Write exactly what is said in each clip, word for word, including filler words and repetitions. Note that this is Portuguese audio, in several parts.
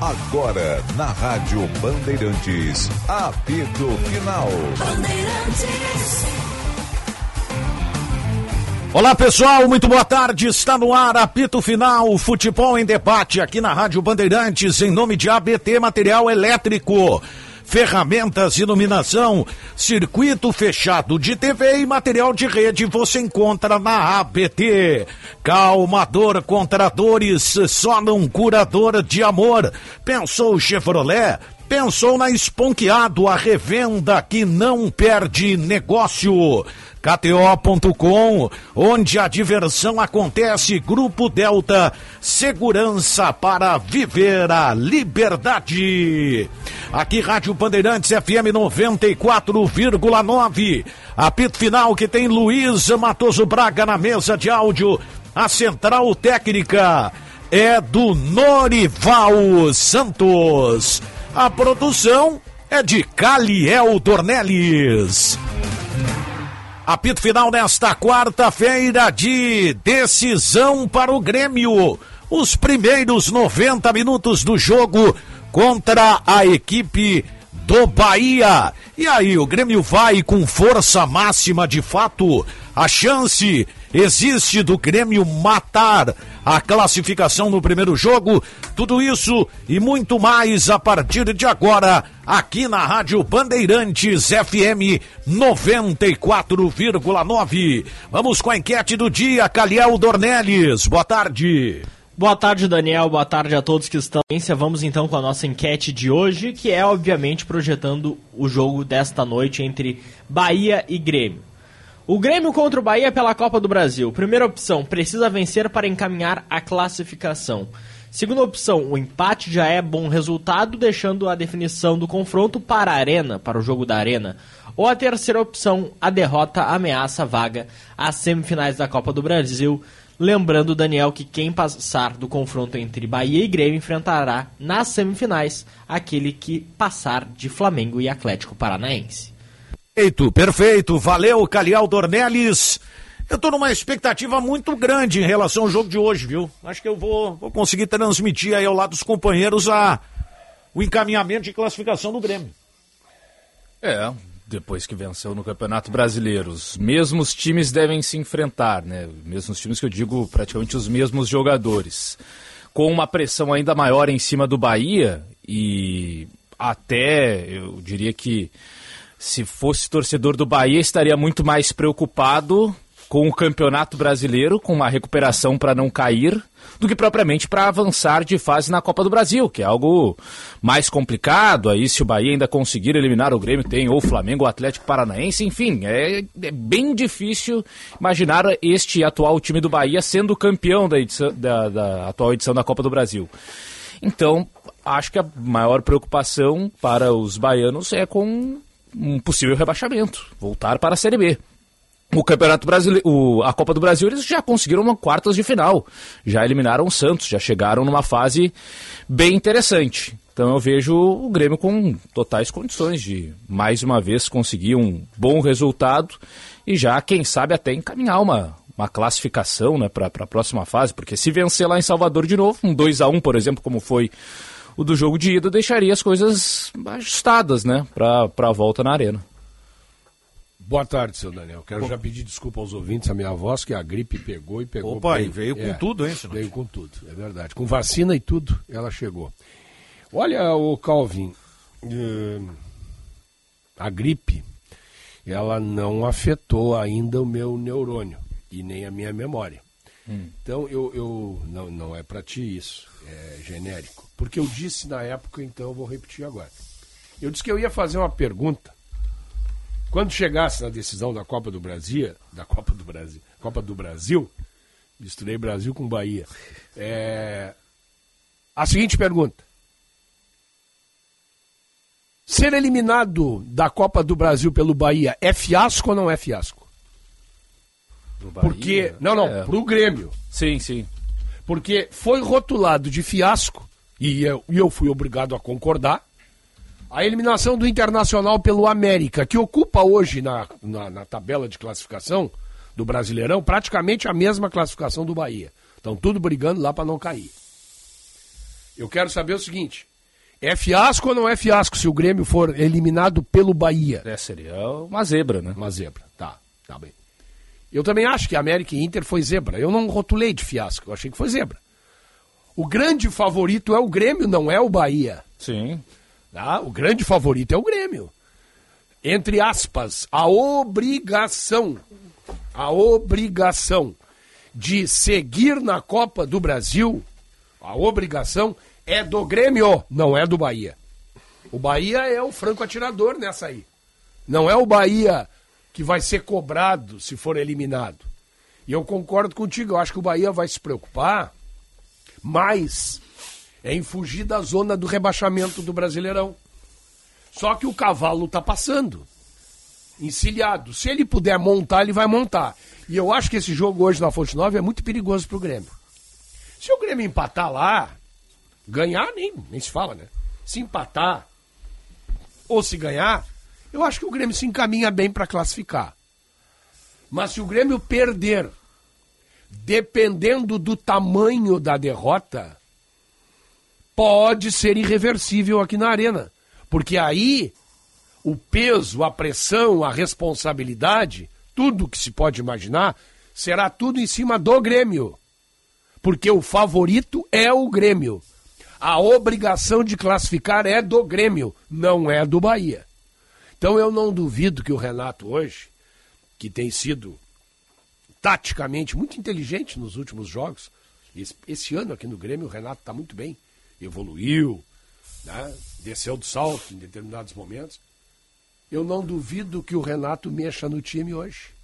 Agora, na Rádio Bandeirantes, apito final. Bandeirantes. Olá pessoal, muito boa tarde, está no ar, apito final, futebol em debate aqui na Rádio Bandeirantes, em nome de A B T Material Elétrico. Ferramentas, iluminação, circuito fechado de T V e material de rede você encontra na A B T. Calmador contra dores, só num curador de amor. Pensou Chevrolet? Pensou na Esponqueado, a revenda que não perde negócio. K T O ponto com, onde a diversão acontece. Grupo Delta, segurança para viver a liberdade. Aqui Rádio Bandeirantes F M noventa e quatro vírgula nove. Apito final que tem Luiz Matoso Braga na mesa de áudio. A central técnica é do Norival Santos. A produção é de Caliel Dornelles. Apito final nesta quarta-feira de decisão para o Grêmio. Os primeiros noventa minutos do jogo contra a equipe do Bahia. E aí, o Grêmio vai com força máxima de fato? A chance existe do Grêmio matar a classificação no primeiro jogo? Tudo isso e muito mais a partir de agora, aqui na Rádio Bandeirantes F M noventa e quatro vírgula nove. Vamos com a enquete do dia, Caliel Dornelles. Boa tarde. Boa tarde, Daniel. Boa tarde a todos que estão em audiência. Vamos então com a nossa enquete de hoje, que é obviamente projetando o jogo desta noite entre Bahia e Grêmio. O Grêmio contra o Bahia pela Copa do Brasil. Primeira opção, precisa vencer para encaminhar a classificação. Segunda opção, o empate já é bom resultado, deixando a definição do confronto para a Arena, para o jogo da Arena. Ou a terceira opção, a derrota ameaça a vaga às semifinais da Copa do Brasil. Lembrando, Daniel, que quem passar do confronto entre Bahia e Grêmio enfrentará nas semifinais aquele que passar de Flamengo e Atlético Paranaense. Perfeito, perfeito. Valeu, Caliel Dornelles. Eu tô numa expectativa muito grande em relação ao jogo de hoje, viu? Acho que eu vou, vou conseguir transmitir aí ao lado dos companheiros a, o encaminhamento de classificação do Grêmio. É, depois que venceu no Campeonato Brasileiro, os mesmos times devem se enfrentar, né? Mesmos times que eu digo, praticamente os mesmos jogadores. Com uma pressão ainda maior em cima do Bahia e até, eu diria que se fosse torcedor do Bahia, estaria muito mais preocupado com o Campeonato Brasileiro, com uma recuperação para não cair, do que propriamente para avançar de fase na Copa do Brasil, que é algo mais complicado. Aí, se o Bahia ainda conseguir eliminar o Grêmio, tem ou Flamengo ou Atlético Paranaense, enfim, é, é bem difícil imaginar este atual time do Bahia sendo campeão da, edição, da, da atual edição da Copa do Brasil. Então, acho que a maior preocupação para os baianos é com um possível rebaixamento, voltar para a Série B. O Campeonato Brasileiro, a Copa do Brasil, eles já conseguiram uma quartas de final, já eliminaram o Santos, já chegaram numa fase bem interessante. Então eu vejo o Grêmio com totais condições de, mais uma vez, conseguir um bom resultado e já, quem sabe, até encaminhar uma, uma classificação, né, para a próxima fase, porque se vencer lá em Salvador de novo, um dois a um, por exemplo, como foi o do jogo de ida, deixaria as coisas ajustadas, né, para a volta na Arena. Boa tarde, seu Daniel. Quero Pô. já pedir desculpa aos ouvintes, a minha voz, que a gripe pegou e pegou. Opa, bem. E veio é, com tudo, hein, senhor? Veio com tudo, é verdade. Com vacina e tudo, ela chegou. Olha, o Calvin, uh, a gripe, ela não afetou ainda o meu neurônio e nem a minha memória. Hum. Então, eu, eu não, não é para ti isso, é genérico. Porque eu disse na época, então eu vou repetir agora. Eu disse que eu ia fazer uma pergunta. Quando chegasse na decisão da Copa do Brasil, da Copa do Brasil, Copa do Brasil, misturei Brasil com Bahia. É, a seguinte pergunta: ser eliminado da Copa do Brasil pelo Bahia é fiasco ou não é fiasco? Porque não, não, é. Pro Grêmio. Sim, sim. Porque foi rotulado de fiasco e eu, e eu fui obrigado a concordar. A eliminação do Internacional pelo América, que ocupa hoje na, na, na tabela de classificação do Brasileirão praticamente a mesma classificação do Bahia. Estão tudo brigando lá para não cair. Eu quero saber o seguinte: É fiasco ou não é fiasco se o Grêmio for eliminado pelo Bahia? É, seria uma zebra, né? Uma zebra, tá, tá bem. Eu também acho que a América e Inter foi zebra. Eu não rotulei de fiasco, eu achei que foi zebra. O grande favorito é o Grêmio, não é o Bahia. Sim. Tá? O grande favorito é o Grêmio. Entre aspas, a obrigação, a obrigação de seguir na Copa do Brasil, a obrigação é do Grêmio, não é do Bahia. O Bahia é o franco atirador nessa aí. Não é o Bahia que vai ser cobrado se for eliminado. E eu concordo contigo, eu acho que o Bahia vai se preocupar mais em fugir da zona do rebaixamento do Brasileirão. Só que o cavalo tá passando, encilhado. Se ele puder montar, ele vai montar. E eu acho que esse jogo hoje na Fonte Nova é muito perigoso pro Grêmio. Se o Grêmio empatar lá, ganhar nem, nem se fala, né? Se empatar ou se ganhar, eu acho que o Grêmio se encaminha bem para classificar. Mas se o Grêmio perder, dependendo do tamanho da derrota, pode ser irreversível aqui na Arena. Porque aí o peso, a pressão, a responsabilidade, tudo que se pode imaginar, será tudo em cima do Grêmio. Porque o favorito é o Grêmio. A obrigação de classificar é do Grêmio, não é do Bahia. Então eu não duvido que o Renato hoje, que tem sido taticamente muito inteligente nos últimos jogos, esse, esse ano aqui no Grêmio o Renato está muito bem, evoluiu, né? Desceu do salto em determinados momentos. Eu não duvido que o Renato mexa no time hoje.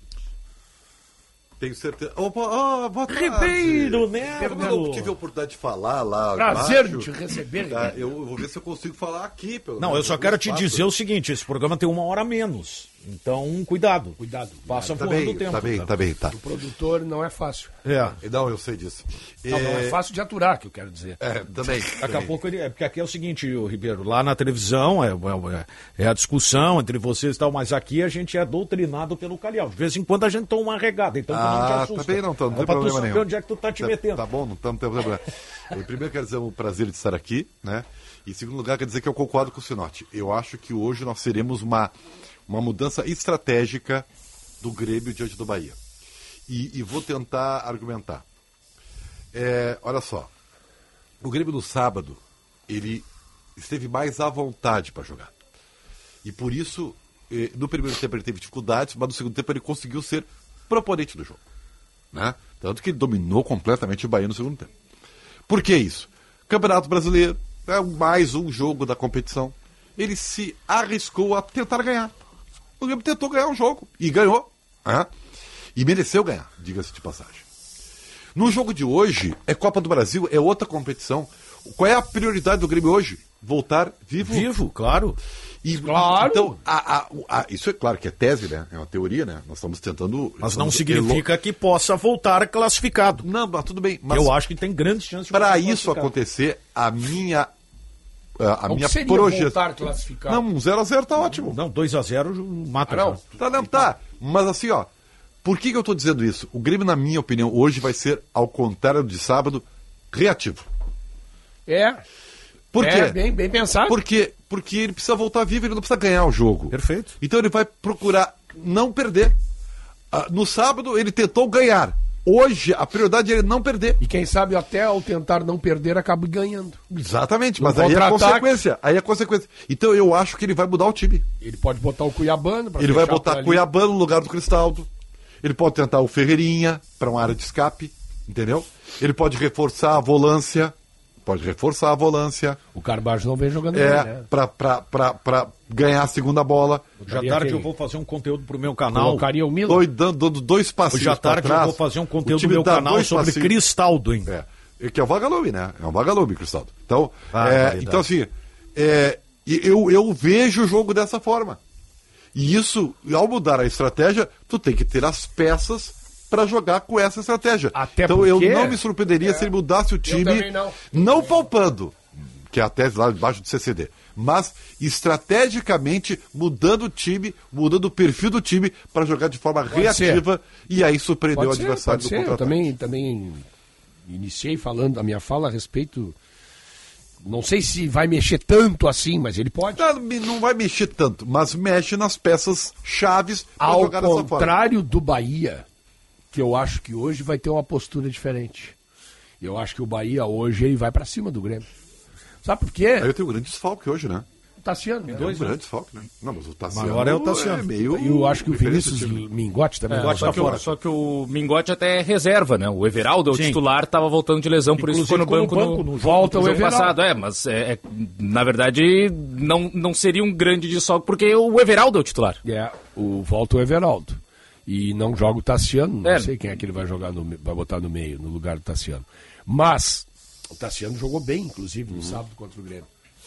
Tenho certeza. Opa, oh, boa tarde. Ribeiro, né? Eu não tive a oportunidade de falar lá. Prazer embaixo. de te receber. Tá, eu vou ver se eu consigo falar aqui. Pelo Não, eu só quero te dizer o seguinte, esse programa tem uma hora a menos. Então, cuidado. Cuidado. Passa Tá voando bem, o tempo. tá bem, tá bem, tá. O produtor não é fácil. É. Não, eu sei disso. Não, não é fácil de aturar, que eu quero dizer. É, também. Daqui a também. pouco ele. É porque aqui é o seguinte, o Ribeiro, lá na televisão é, é, é a discussão entre vocês e tal, mas aqui a gente é doutrinado pelo Calhau. De vez em quando a gente toma uma regada, então tu não te Ah, assusta. tá bem, não, tá, não é tem pra tu problema saber nenhum. onde é que tu tá te Tá- metendo. Tá bom, não tá, não tem problema. E primeiro quero dizer o prazer de estar aqui, né? E em segundo lugar quer dizer que eu concordo com o Sinote. Eu acho que hoje nós teremos uma, uma mudança estratégica do Grêmio diante do Bahia. E, e vou tentar argumentar. É, olha só, o Grêmio no sábado, ele esteve mais à vontade para jogar. E por isso, eh, no primeiro tempo ele teve dificuldades, mas no segundo tempo ele conseguiu ser proponente do jogo. Né? Tanto que ele dominou completamente o Bahia no segundo tempo. Por que isso? Campeonato Brasileiro, é mais um jogo da competição. Ele se arriscou a tentar ganhar. O Grêmio tentou ganhar um jogo e ganhou. Né? E mereceu ganhar, diga-se de passagem. No jogo de hoje, é Copa do Brasil, é outra competição. Qual é a prioridade do Grêmio hoje? Voltar vivo. Vivo, claro. E, Claro. Então, a, a, a, isso é claro que é tese, né? É uma teoria, né? Nós estamos tentando... Mas não estamos significa que possa voltar classificado. Não, mas tudo bem. Mas Eu acho que tem grandes chances de para voltar isso classificado. acontecer, a minha... A, a Não minha seria projeção... voltar classificado. Não, um zero a zero tá ótimo. Não, dois a zero mata Ah, não. já. Tá, não, tá. Mas assim, ó, por que, que eu tô dizendo isso? O Grêmio, na minha opinião, hoje vai ser, ao contrário de sábado, reativo. É. Por quê? É, bem, bem pensado. Por quê? Porque ele precisa voltar vivo, ele não precisa ganhar o jogo. Perfeito. Então ele vai procurar não perder. Ah, no sábado ele tentou ganhar. Hoje a prioridade é ele não perder. E quem sabe até ao tentar não perder, acaba ganhando. Exatamente, mas No aí é a contra-ataque. consequência. Aí é a consequência. Então eu acho que ele vai mudar o time. Ele pode botar o Cuiabano pra Ele vai fechar por botar ali. Cuiabá no lugar do Cristaldo. Ele pode tentar o Ferreirinha para uma área de escape, entendeu? Ele pode reforçar a volância, pode reforçar a volância, O Carbajo não vem jogando bem, é, né? para ganhar a segunda bola. Já Daria tarde quem? eu vou fazer um conteúdo pro meu canal. Colocaria o Milan. Dois, dando, dando dois passinhos Hoje à pra tarde trás. eu vou fazer um O conteúdo no time meu dá canal dois sobre passinhos. Cristaldo, hein? É, e que é o vagalume, né? É um vagalume, Cristaldo. Então, Ah, é, verdade. então assim, é, e eu, eu vejo o jogo dessa forma. E isso, ao mudar a estratégia, tu tem que ter as peças para jogar com essa estratégia. Até então porque- eu não me surpreenderia se ele mudasse o time, também não. não poupando, que é a tese lá debaixo do C C D, mas estrategicamente mudando o time, mudando o perfil do time para jogar de forma reativa e aí surpreender o Pode ser, adversário pode do ser. Eu contra-ataque. também, também iniciei falando a minha fala a respeito Não sei se vai mexer tanto assim, mas ele pode. Não, não vai mexer tanto, mas mexe nas peças chaves para Ao jogar dessa forma. Ao contrário do Bahia, que eu acho que hoje vai ter uma postura diferente. Eu acho que o Bahia hoje ele vai para cima do Grêmio. Sabe por quê? Aí eu tenho um grande desfalque hoje, né? O Tassiano. Tem dois, é um grande desfalque, né? Não, mas o Tassiano Maior é o Tassiano. É meio... E eu acho que o Vinícius Mingotti também. É, vai só, que fora. o, só que o Mingotti até é reserva, né? O Everaldo, o Sim. titular, estava voltando de lesão, por isso ficou no banco no, no, no volta no o jogo Everaldo. passado. É, mas é, é, na verdade não, não seria um grande desfalque, porque o Everaldo é o titular. É, o, volta o Everaldo. E não joga o Tassiano, não É. sei quem é que ele vai jogar no, vai botar no meio, no lugar do Tassiano. Mas o Tassiano jogou bem, inclusive, no sábado contra o Grêmio.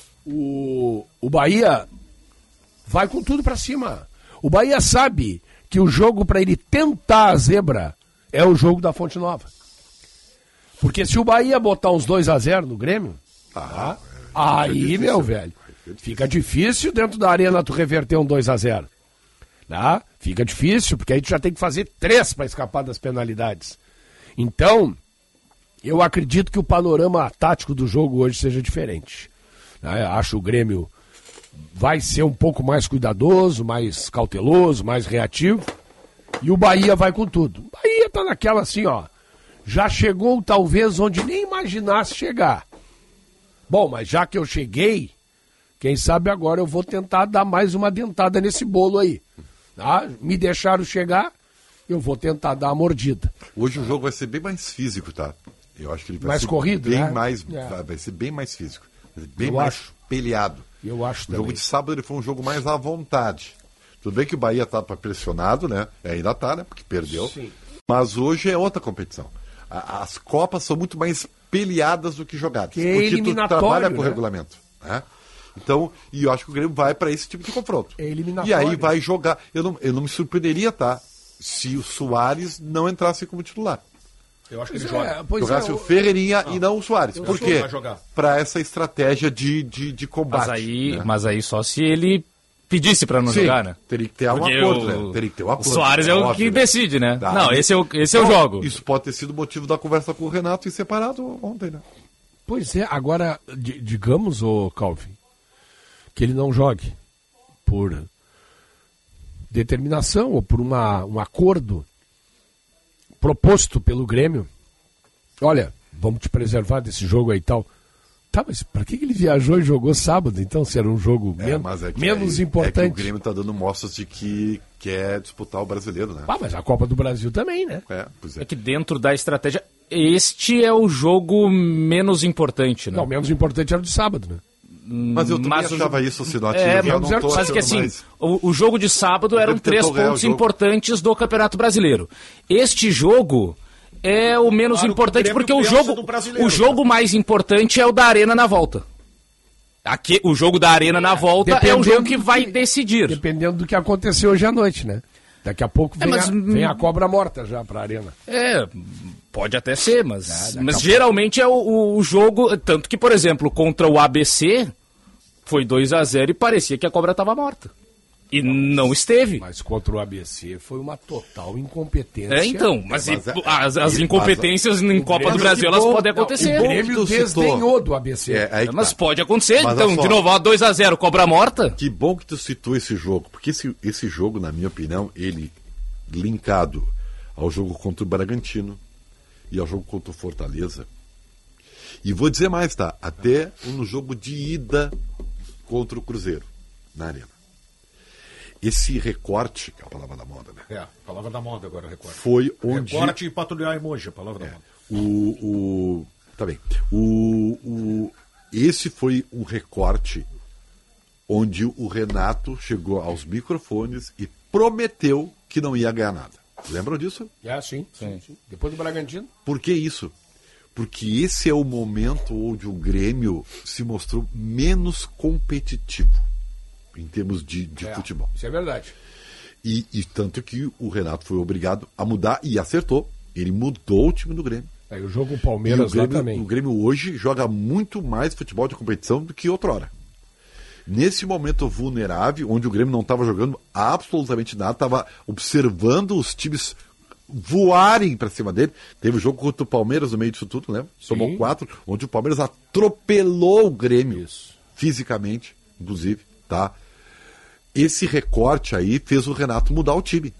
O, o Bahia vai com tudo pra cima. O Bahia sabe que o jogo pra ele tentar a zebra é o jogo da Fonte Nova. Porque se o Bahia botar uns dois a zero no Grêmio, Ah, tá? é, Aí, difícil. meu velho, fica difícil dentro da arena tu reverter um dois a zero. Tá? Fica difícil, porque aí tu já tem que fazer três para escapar das penalidades. Então, eu acredito que o panorama tático do jogo hoje seja diferente. Tá? Eu acho que o Grêmio vai ser um pouco mais cuidadoso, mais cauteloso, mais reativo. E o Bahia vai com tudo. O Bahia tá naquela assim, ó. Já chegou talvez onde nem imaginasse chegar. Bom, mas já que eu cheguei, quem sabe agora eu vou tentar dar mais uma dentada nesse bolo aí. Tá? Me deixaram chegar, eu vou tentar dar uma mordida. Hoje o jogo vai ser bem mais físico, tá? Eu acho que ele vai Mais ser corrido, bem né? mais, É. vai, vai ser bem mais físico, bem Eu mais acho. peleado. Eu acho O também. jogo de sábado ele foi um jogo mais à vontade. Tudo bem que o Bahia tá pressionado, né? Ainda tá, né? Porque perdeu. Sim. Mas hoje é outra competição. A- as Copas são muito mais peleadas do que jogadas. Que é porque tu eliminatório, trabalha com o né? regulamento, né? Então, e eu acho que o Grêmio vai para esse tipo de confronto. É eliminatório. E aí vai jogar. Eu não, eu não me surpreenderia, tá? Se o Soares não entrasse como titular. Eu acho que Pois ele é, joga. pois Jogasse é, o Ferreirinha e não o Soares. Por acho que ele quê? vai jogar. Para essa estratégia de, de, de combate. Mas aí, né? mas aí só se ele pedisse para não Sim, jogar, né? teria que ter um Porque acordo, o- né? Teria que ter um O acordo. Soares é o óbvio, que né? decide, né? Tá. Não, esse é o, esse é o Então, jogo. Isso pode ter sido motivo da conversa com o Renato e separado ontem, né? Pois é, agora, di- digamos, ô Calvin, que ele não jogue por determinação ou por uma, um acordo proposto pelo Grêmio. Olha, vamos te preservar desse jogo aí e tal. Tá, mas pra que que ele viajou e jogou sábado, então, se era um jogo É, men- mas é que menos aí- importante? É que o Grêmio tá dando mostras de que quer disputar o brasileiro, né? Ah, mas a Copa do Brasil também, né? É, pois é. É que dentro da estratégia, este é o jogo menos importante, né? Não, o menos importante era o de sábado, né? Mas eu também Mas o achava jogo- isso, Sinote. É, eu já mas não tô Mas que achando assim, mais. o, o jogo de sábado eram Ele três tentou ganhar pontos o jogo. importantes do Campeonato Brasileiro. Este jogo é o menos Claro que o importante, Grêmio porque o pensa jogo, do brasileiro, o jogo mais importante é o da Arena na volta. Aqui, o jogo da Arena na volta é o Dependendo jogo que do vai que- decidir. Dependendo do que aconteceu hoje à noite, né? Daqui a pouco vem, É, mas- a, vem a cobra morta já pra arena. É, pode até ser, mas, daqui mas a geralmente é o, o jogo. Tanto que, por exemplo, contra o A B C foi dois a zero e parecia que a cobra estava morta. E não esteve. Mas contra o A B C foi uma total incompetência. É, então, mas, Mas e- é- as, as mas- incompetências em Copa Grêmio do Brasil, elas ficou- podem não, acontecer. o O Grêmio tu citou. desdenhou do A B C. É, aí que Mas tá. pode acontecer, Mas então, olha só. de novo, ó, dois a zero, cobra morta. Que bom que tu citou esse jogo, porque esse, esse jogo, na minha opinião, ele linkado ao jogo contra o Bragantino e ao jogo contra o Fortaleza. E vou dizer mais, tá? Até no jogo de ida contra o Cruzeiro, na Arena. Esse recorte, que é a palavra da moda, né? É, palavra da moda agora, recorte. Foi onde Recorte e patrulhar emoji, a palavra da moda. o, o tá bem. O, o, esse foi um recorte onde o Renato chegou aos microfones e prometeu que não ia ganhar nada. Lembram disso? É, sim, sim, sim. Depois do Bragantino. Por que isso? Porque esse é o momento onde o Grêmio se mostrou menos competitivo em termos de, de É, futebol. Isso é verdade. E, e tanto que o Renato foi obrigado a mudar e acertou. Ele mudou o time do Grêmio. Aí o jogo com o E o Palmeiras lá Grêmio, também. o Grêmio hoje joga muito mais futebol de competição do que outrora. Nesse momento vulnerável, onde o Grêmio não estava jogando absolutamente nada, estava observando os times voarem para cima dele. Teve o jogo contra o Palmeiras no meio disso tudo, lembra? Tomou quatro, onde o Palmeiras atropelou o Grêmio, Isso. fisicamente, inclusive, tá? Esse recorte aí fez o Renato mudar o time.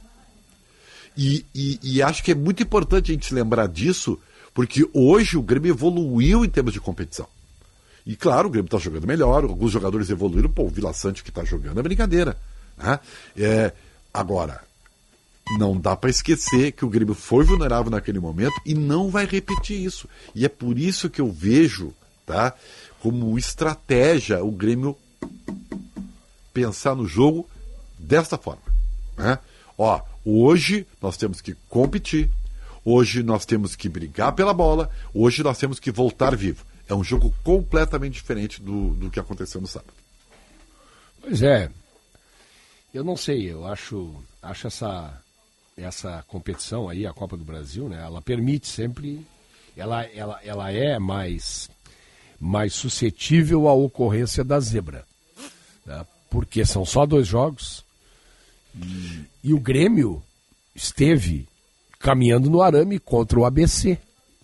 E, e, e acho que é muito importante a gente se lembrar disso, porque hoje o Grêmio evoluiu em termos de competição. E claro, o Grêmio está jogando melhor, alguns jogadores evoluíram, pô, o Vila Sante que está jogando é brincadeira. Né? É, agora, não dá para esquecer que o Grêmio foi vulnerável naquele momento e não vai repetir isso. E é por isso que eu vejo, tá, como estratégia o Grêmio pensar no jogo desta forma. Né? Ó, hoje nós temos que competir, hoje nós temos que brigar pela bola, hoje nós temos que voltar vivo. É um jogo completamente diferente do, do que aconteceu no sábado. Pois é. Eu não sei, eu acho, acho essa, essa competição aí, a Copa do Brasil, né? Ela permite sempre, ela, ela, ela é mais, mais suscetível à ocorrência da zebra. Né? Porque são só dois jogos e, e o Grêmio esteve caminhando no arame contra o A B C.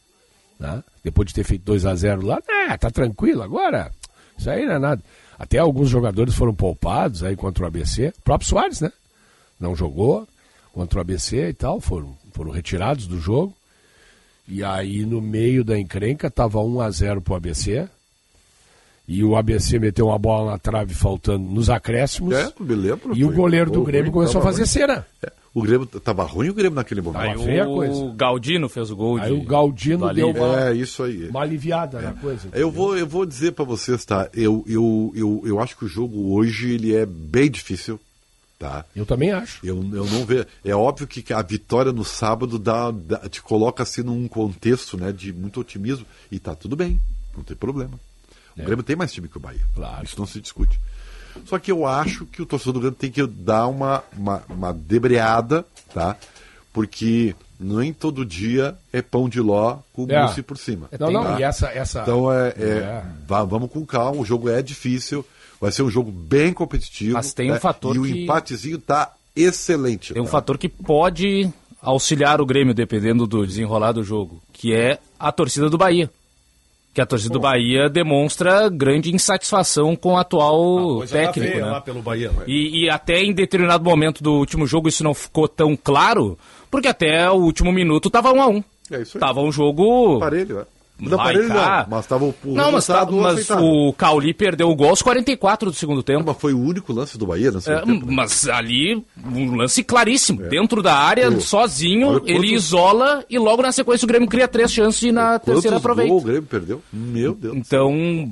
Né? Depois de ter feito dois a zero lá, ah, tá tranquilo agora, isso aí não é nada. Até alguns jogadores foram poupados aí contra o A B C, o próprio Soares, né? Não jogou contra o A B C e tal, foram, foram retirados do jogo. E aí no meio da encrenca tava um a zero pro A B C. E o A B C meteu uma bola na trave faltando nos acréscimos. É, me lembro. E o goleiro do Grêmio começou a fazer ruim. cera. É, o Grêmio tava ruim o Grêmio naquele momento. Aí Tava feia a o coisa. Galdino fez o gol. Aí de... o Galdino deu uma, É, isso aí. uma aliviada na coisa. Eu vou, eu vou dizer para vocês, tá? Eu, eu, eu, eu acho que o jogo hoje ele é bem difícil, tá? Eu também acho. Eu, eu não vejo. É óbvio que a vitória no sábado dá, dá, te coloca assim num contexto, né, de muito otimismo e tá tudo bem, não tem problema. O é. Grêmio tem mais time que o Bahia. Claro. Isso não se discute. Só que eu acho que o torcedor do Grêmio tem que dar uma, uma, uma debreada, tá? Porque nem todo dia é pão de ló com É. mousse por cima. Não, não, tá? e essa, essa... Então é, é, É. vá- vamos com calma, o jogo é difícil, vai ser um jogo bem competitivo. Mas tem um né? fator E o que- empatezinho tá excelente. Tem um tá? fator que pode auxiliar o Grêmio, dependendo do desenrolar do jogo, que é a torcida do Bahia. Que a torcida do Bahia demonstra grande insatisfação com o atual técnico, feia né? lá pelo Bahia. E, e até em determinado momento do último jogo isso não ficou tão claro, porque até o último minuto tava um a um. É isso aí. Tava um jogo... Parelho, é. Não, Vai parelho cá. não, mas tava o, o Não, mas, tá- resultado mas aceitável. o Cauli perdeu o gol aos quarenta e quatro do segundo tempo. Mas foi o único lance do Bahia no É, segundo tempo, né? mas ali, um lance claríssimo. Dentro da área, Pô, sozinho, olha ele quantos- isola e logo na sequência o Grêmio cria três chances e na Quantos terceira aproveita. gols o Grêmio perdeu? Meu Deus. Então,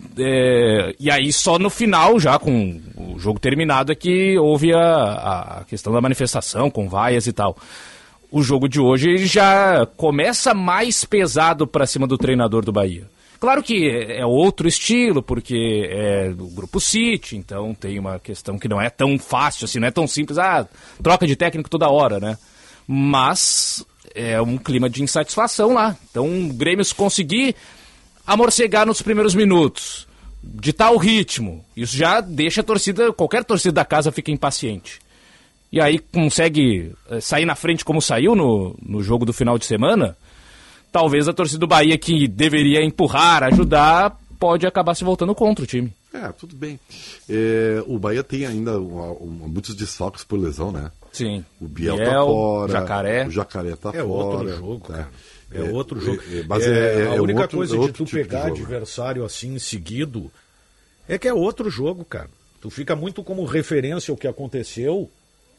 é, e aí só no final, já com o jogo terminado, é que houve a, a questão da manifestação com vaias e tal. O jogo de hoje já começa mais pesado para cima do treinador do Bahia. Claro que é outro estilo, porque é do Grupo City, então tem uma questão que não é tão fácil assim, não é tão simples, ah, troca de técnico toda hora, né? Mas é um clima de insatisfação lá. Então o Grêmio, se conseguir amorcegar nos primeiros minutos, ditar o ritmo, isso já deixa a torcida, qualquer torcida da casa fica impaciente. E aí consegue eh, sair na frente como saiu no, no jogo do final de semana, talvez a torcida do Bahia, que deveria empurrar, ajudar, pode acabar se voltando contra o time. É, tudo bem. É, o Bahia tem ainda uma- uma- muitos desfalques por lesão, né? Sim. O Biel, Biel, tá fora. Jacaré. O Jacaré tá É fora. outro jogo, né? cara. É, outro jogo. é, mas É, é- é a única outro- coisa é de outro tu tipo de pegar jogo. adversário assim em seguido é que é outro jogo, cara. Tu fica muito como referência ao que aconteceu,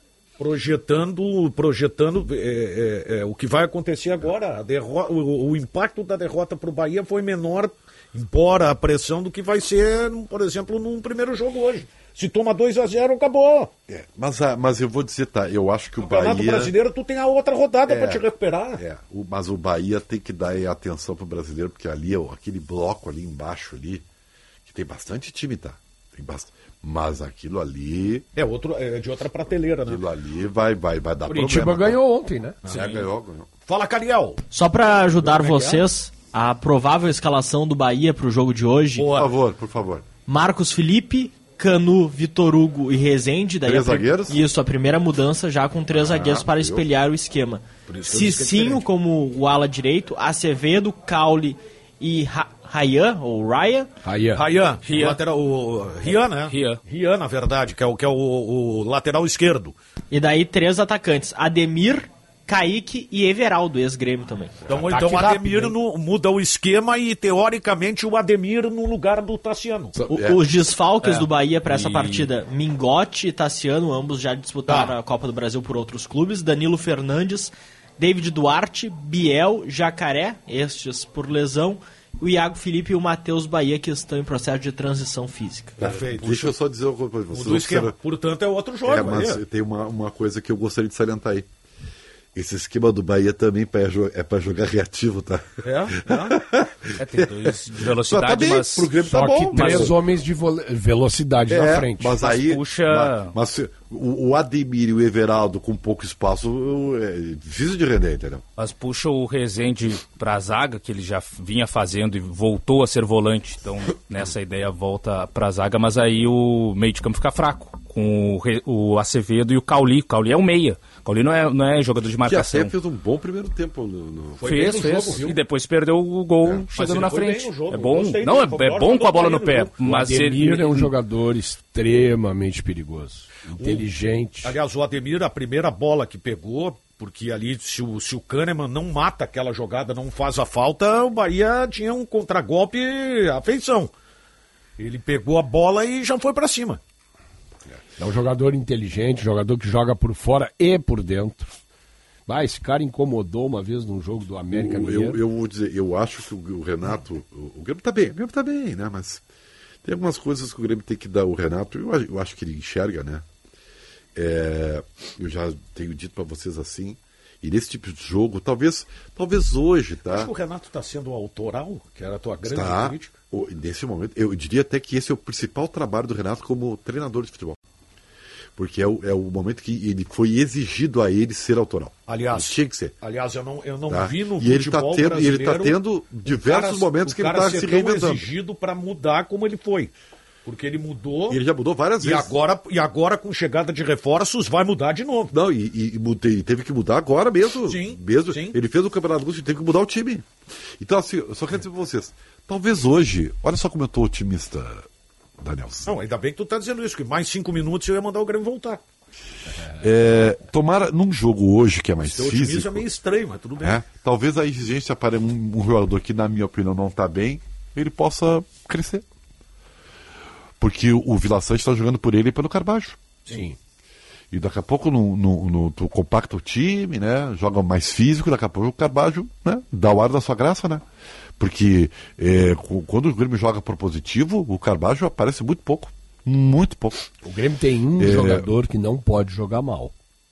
projetando, projetando é, é, é, o que vai acontecer agora. A derro- o, o impacto da derrota para o Bahia foi menor, embora a pressão, do que vai ser, por exemplo, num primeiro jogo hoje. Se toma dois a zero, acabou. É, mas, a- mas eu vou dizer, tá, eu acho que o No Campeonato Bahia... Brasileiro, tu tem a outra rodada É, para te recuperar. É, o- mas o Bahia tem que dar aí atenção pro brasileiro, porque ali, ó, aquele bloco ali embaixo ali, que tem bastante time, tá? Tem bastante. Mas aquilo ali, É, outro, é de outra prateleira, né? aquilo ali vai, vai, vai dar Curitiba problema. tá? ganhou ontem, né? É, ganhou, ganhou. Fala, Cariel. Só pra ajudar Como é que é? vocês, a provável escalação do Bahia pro jogo de hoje: Por favor, por favor. Marcos Felipe, Canu, Vitor Hugo e Rezende. Daí três a, zagueiros? Isso, a primeira mudança já com três Ah, zagueiros para viu? espelhar o esquema. isso Cicinho como o ala direito, Acevedo, Caule e Ra- Rayan, ou Raya. Aí, ó. Rayan, Rian. o lateral, o Rian, né? Rian. Rian, na verdade, que é o, que é o, o lateral esquerdo. E daí três atacantes, Ademir, Kaique e Everaldo, ex-Grêmio também. Então, Ataque então o Ademir rápido, no- muda o esquema e, teoricamente, o Ademir no lugar do Tassiano. O- É. Os desfalques É. do Bahia para essa E- partida, Mingote e Tassiano, ambos já disputaram Tá. a Copa do Brasil por outros clubes, Danilo Fernandes, David Duarte, Biel, Jacaré, estes por lesão, o Iago Felipe e o Matheus Bahia, que estão em processo de transição física. Perfeito. Deixa eu só dizer uma coisa para vocês. Muda o esquema. Portanto, é outro jogo. É, mas aí. tem uma, uma coisa que eu gostaria de salientar aí. Esse esquema do Bahia também pra jo- é para jogar reativo, tá? É, é. É, tem dois de Tá, tá velocidade, bem, mas... pro Grêmio tá Só bom. que três mas- homens de vo- velocidade na É, frente. mas aí. puxa- Mas, mas se- o, o Ademir e o Everaldo com pouco espaço eu- é difícil de render, entendeu? Mas puxa o Rezende para a zaga, que ele já vinha fazendo e voltou a ser volante. Então, nessa ideia, volta para a zaga. Mas aí o meio de campo fica fraco, com o, Re- o Acevedo e o Cauli. O Cauli é um meia. O Cauli não é, não é jogador de Que marcação. até fez um bom primeiro tempo. No, no- Foi Fez, bem no fez. jogo, viu? E depois perdeu o gol Mas chegando ele na foi bem frente. no jogo, É eu bom. gostei Não, dele, é, foi o é melhor bom com a bola jogador no do pé. jogo. O Mas Ademir ele... é um jogador extremamente perigoso, inteligente. Aliás, o Ademir, a primeira bola que pegou, porque ali, se o, se o Kahneman não mata aquela jogada, não faz a falta, o Bahia tinha um contragolpe à feição. Ele pegou a bola e já foi pra cima. É um jogador inteligente, jogador que joga por fora e por dentro. Vai, esse cara incomodou uma vez num jogo do América eu, Mineiro. eu, eu vou dizer, eu acho que o, o Renato. O, o Grêmio tá bem, o Grêmio tá bem, né? Mas tem algumas coisas que o Grêmio tem que dar. O Renato, eu, eu acho que ele enxerga, né? É, eu já tenho dito pra vocês assim. E nesse tipo de jogo, talvez, talvez hoje, Acho tá? que o Renato está sendo autoral, que era a tua grande Tá. crítica. O- Nesse momento, eu diria até que esse é o principal trabalho do Renato como treinador de futebol. Porque é o, é o momento que ele foi exigido a ele ser autoral. Aliás, Ele tinha que ser. aliás eu não, eu não Tá? vi no E ele tá futebol tendo, e brasileiro... ele tá tendo o diversos cara- momentos que o ele cara tá ser se tão reinventando. exigido para mudar como ele foi. Porque ele mudou E ele já mudou várias e vezes. agora, e agora com chegada de reforços vai mudar de novo. Não, e, e, e mudei- teve que mudar agora mesmo. Sim, mesmo. sim. Ele fez o Campeonato Gaúcho e teve que mudar o time. Então, assim, eu só quero dizer pra vocês. Talvez hoje, olha só como eu tô otimista, Daniel. Não, ainda bem que tu tá dizendo isso, que mais cinco minutos eu ia mandar o Grêmio voltar. É, tomara, num jogo hoje que é mais Teu otimismo físico, é meio estranho, mas tudo bem. é, talvez a exigência para um, um jogador que, na minha opinião, não tá bem, ele possa crescer. Porque o, o Vila Sante está jogando por ele e pelo Carbajo. Sim. E daqui a pouco no, no, no- tu compacta o time, né? Joga mais físico, daqui a pouco o Carbajo, né? Dá o ar da sua graça, né? Porque é, cu- quando o Grêmio joga propositivo, o Carbajo aparece muito pouco. Muito pouco. O Grêmio tem um É. jogador que não pode jogar mal.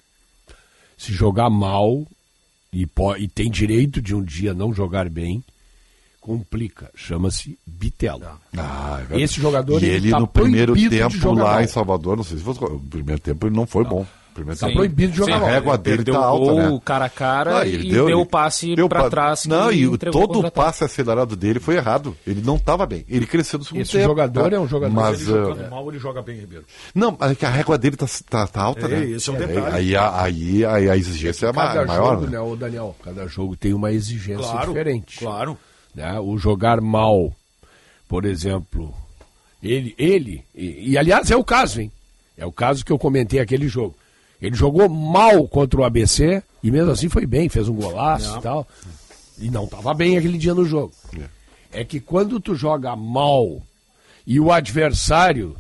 Se jogar mal e, po- e tem direito de um dia não jogar bem, complica. Chama-se Bitelo. Ah, é verdade. Esse jogador, E ele ele tá no primeiro proibido de tempo jogar lá mal. em Salvador, não sei se fosse. O primeiro tempo ele não foi bom. O primeiro Tá tempo- proibido de jogar Sim, mal. a régua dele Perdeu tá o alta, gol né? cara a cara Ah, e ele deu, deu, o ele passe deu pra pa- trás. que Não, e o- entregou todo o contra-ataque. passe acelerado dele foi errado. Ele não estava bem. Ele cresceu no segundo Esse tempo. jogador tá? é um jogador- Mas, Ele jogando eh, mal, ele joga bem, Ribeiro. não, mas é que a régua dele tá, tá, tá alta, É, né? esse é um detalhe. Aí, a- aí, aí a exigência é ma- Cada maior, jogo, né? né, ô Daniel? Cada jogo tem uma exigência Claro, diferente. claro. Né? O jogar mal, por exemplo, ele, ele e, e, aliás é o caso, hein? É o caso que eu comentei aquele jogo. Ele jogou mal contra o A B C e mesmo assim foi bem, fez um golaço Não. e tal. E não estava bem aquele dia no jogo. É que quando tu joga mal e o adversário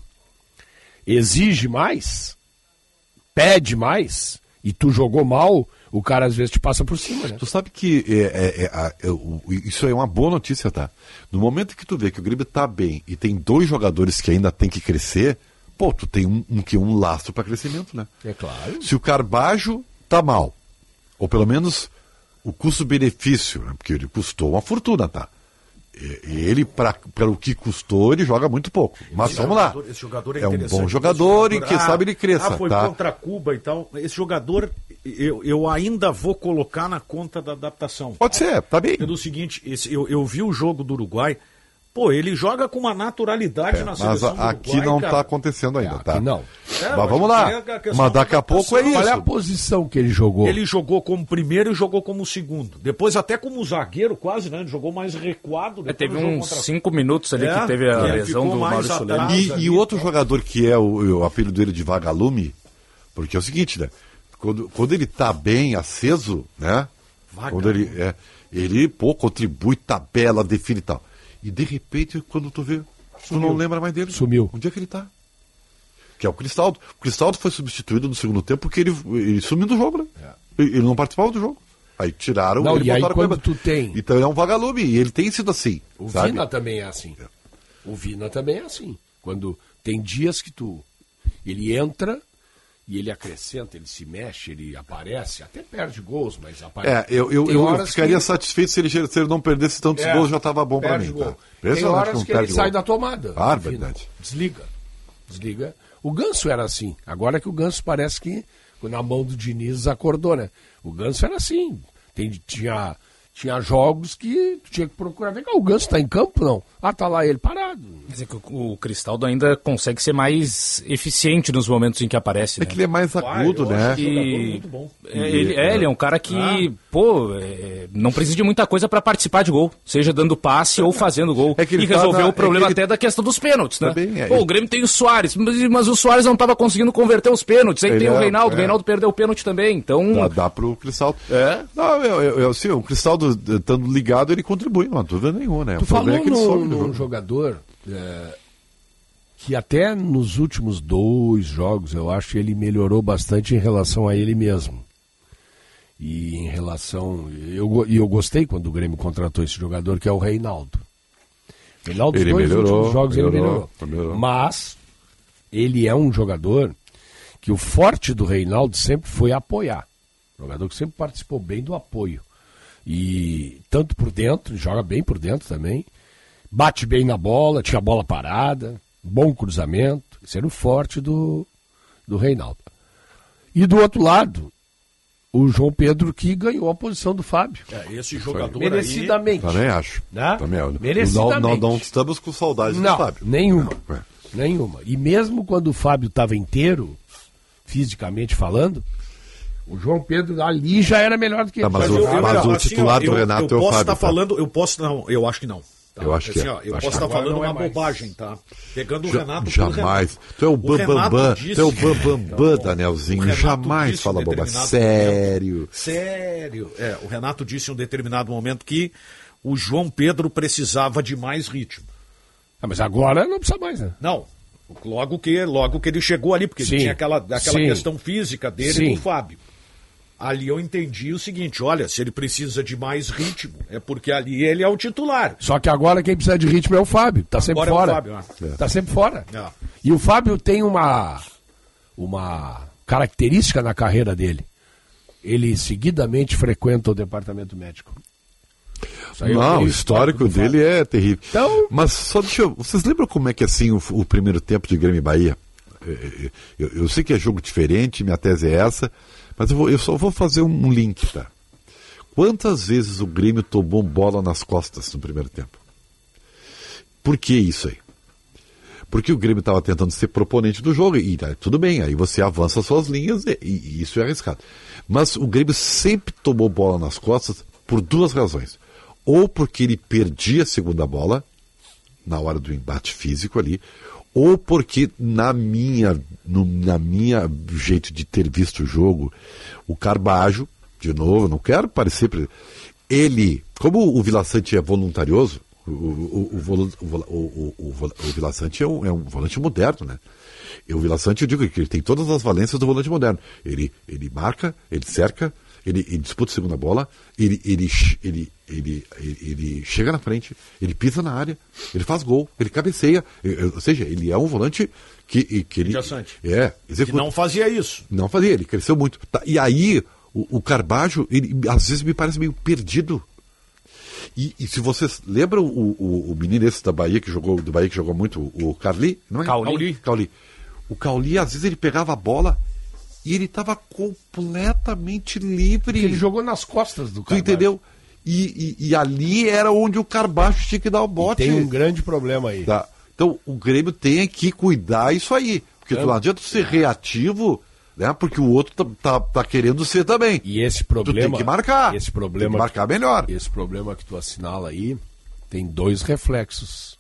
exige mais, pede mais, e tu jogou mal, o cara às vezes te passa por cima, né? Tu sabe que é, é, é, a- é, o- isso é uma boa notícia, tá? No momento que tu vê que o Grêmio tá bem e tem dois jogadores que ainda tem que crescer, pô, tu tem um, um, que um lastro para crescimento, né? É claro. Se o Carbajo tá mal, ou pelo menos o custo-benefício, né? Porque ele custou uma fortuna, tá? E- Ele, pra, pelo que custou, ele joga muito pouco. Mas Esse vamos lá. jogador- Esse jogador é, É um interessante. bom jogador Esse e quem sabe ele cresça, Ah, foi tá? contra Cuba e tal. Esse jogador, eu, eu ainda vou colocar na conta da adaptação. Pode ser, tá bem. Pelo seguinte, esse- eu, eu vi o jogo do Uruguai, Pô, ele joga com uma naturalidade É, na mas seleção a- do aqui Uruguai, não cara. está acontecendo ainda, É, tá? aqui não. É, Mas vamos lá. é a questão Mas daqui da a pouco é adaptação. Qual é a isso. posição que ele jogou? Ele jogou como primeiro e jogou como segundo. Depois até como zagueiro, quase, né? Ele jogou mais recuado. É, depois teve do jogo uns contra- cinco minutos ali É, que teve a que ele lesão ficou do mais Maurício atrás. Leme. E, ali, e outro então. jogador que é o, o apelido dele de vagalume, porque é o seguinte, né? Quando, quando ele tá bem aceso, né? Quando ele, é, ele, pô, contribui, tabela, define e tal. E de repente, quando tu vê, tu não lembra mais dele. Sumiu. Onde é que ele tá? Que é o Cristaldo. O Cristaldo foi substituído no segundo tempo porque ele, ele sumiu do jogo, né? Ele não participava do jogo. Aí tiraram Não, ele e aí botaram quando Cueva. tu tem- Então ele é um vagalume, e ele tem sido assim. O sabe? Vina também é assim. O Vina também é assim. Quando tem dias que tu. Ele entra e ele acrescenta, ele se mexe, ele aparece, até perde gols, mas aparece. É, eu, eu, Tem eu horas ficaria que- satisfeito se ele, se ele não perdesse tantos É, gols, já estava bom para perde mim. gol. Tá? Tem Impressionante horas como que ele perde sai gol. da tomada. Ah, o Vina. verdade. Desliga. Desliga. O Ganso era assim. Agora que o Ganso parece que na mão do Diniz acordou, né? O Ganso era assim. Tem, tinha, tinha jogos que tu tinha que procurar ver. Ah, o Ganso tá em campo, não? Ah, tá lá ele parado. Quer dizer que o o Cristaldo ainda consegue ser mais eficiente nos momentos em que aparece, É né? que ele é mais Vai, agudo, eu né? acho jogador E muito bom. é, ele, é, ele é um cara que, pô, é, não precisa de muita coisa pra participar de gol, seja dando passe ou fazendo gol. É que ele e tá resolveu na- o problema é que ele- até da questão dos pênaltis, né? Também é. Pô, o Grêmio tem o Soares, mas, mas o Soares não tava conseguindo converter os pênaltis. Aí Ele tem o é- Reinaldo, é. o Reinaldo perdeu o pênalti também, então... Dá, dá pro Cristaldo. É? Não, eu, eu, eu, assim, o Cristaldo estando ligado, ele contribui, não há dúvida nenhuma, né? Tu O problema falou é que ele num, some do num jogo. jogador é, que até nos últimos dois jogos, eu acho, ele melhorou bastante em relação a ele mesmo. E em relação... Eu, go- e eu gostei quando o Grêmio contratou esse jogador, que é o Reinaldo. O Reinaldo, Ele nos dois melhorou, últimos jogos, ele melhorou, melhorou. melhorou. Mas ele é um jogador que o forte do Reinaldo sempre foi apoiar. Jogador que sempre participou bem do apoio. E tanto por dentro, joga bem por dentro também. Bate bem na bola, tinha a bola parada, bom cruzamento. Esse era o forte do, do Reinaldo. E do outro lado, o João Pedro, que ganhou a posição do Fábio. É, esse jogador aí... Merecidamente. Também acho. Né? Também acho. Merecidamente. Não, não, não estamos com saudades Não, do Fábio. nenhuma. Não, é. Nenhuma. E mesmo quando o Fábio estava inteiro, fisicamente falando, o João Pedro ali já era melhor do que Tá, ele. mas Já o- jogava mas melhor. o titular do Renato eu é o posso Fábio, estar tá? falando, eu posso não, eu acho que não. tá? Eu acho que Assim, é. ó, eu Acho posso que estar agora falando não é uma mais. bobagem, tá? Pegando o Ja- Renato. pelo jamais. Renato. Tu é o O bambambam. Renato Tu é o disse- bambambam, o Danielzinho. Renato Jamais disse fala em bobagem. determinado Sério. momento- sério. É, o Renato disse em um determinado momento que o João Pedro precisava de mais ritmo. Ah, mas agora não precisa mais, né? Não. Logo que, logo que ele chegou ali, porque Sim. ele tinha aquela, aquela Sim. questão física dele Sim. e do Fábio. Ali eu entendi o seguinte, olha, se ele precisa de mais ritmo, é porque ali ele é o titular. Só que agora quem precisa de ritmo é o Fábio. Tá sempre Agora é o fora. Fábio, né? Tá sempre fora. É. E o Fábio tem uma, uma característica na carreira dele. Ele seguidamente frequenta o departamento médico. Isso aí eu Não, tenho o histórico do Fábio. dele é terrível. Então- Mas só deixa eu... Vocês lembram como é que é assim o, o primeiro tempo de Grêmio e Bahia? Eu, eu- eu sei que é jogo diferente, minha tese é essa, mas eu, vou- eu só vou fazer um link, tá? Quantas vezes o Grêmio tomou bola nas costas no primeiro tempo? Por que isso aí? Porque o Grêmio estava tentando ser proponente do jogo, e tá, tudo bem, aí você avança suas linhas, e, e isso é arriscado. Mas o Grêmio sempre tomou bola nas costas por duas razões. Ou porque ele perdia a segunda bola, na hora do embate físico ali, ou porque na minha, no, na minha jeito de ter visto o jogo, o Carbajo, de novo, não quero parecer... pre- Ele, como o Vila Sante é voluntarioso, o, o, o, volu- o, vola- o, o, o, vola- o Vila Sante é um, é um volante moderno, né? E o Vila Sante, eu digo que ele tem todas as valências do volante moderno. Ele, ele marca, ele cerca, ele, ele disputa a segunda bola, ele, ele, ele, ele, ele, ele chega na frente, ele pisa na área, ele faz gol, ele cabeceia. eh, Ou seja, ele é um volante que, que ele... Interessante. É, Que executa. não fazia isso. Não fazia, ele cresceu muito. Tá, e aí, o, o Carbajo, ele às vezes me parece meio perdido. E, e se vocês lembram o, o, o menino esse da Bahia que jogou, do Bahia que jogou muito, o Carli, não é? Cauli. Cauli. O Cauli, às vezes, ele pegava a bola e ele estava completamente livre. Ele jogou nas costas do Tu cara. entendeu? e, e, e ali era onde o Carbacho tinha que dar o bote. E tem um grande problema aí. Tá. Então o Grêmio tem que cuidar isso aí, porque tu não adianta ser reativo, né? Porque o outro tá, tá, tá querendo ser também. E esse problema, tu tem que marcar. Esse problema, tem que marcar melhor. Esse problema que tu assinala aí tem dois reflexos.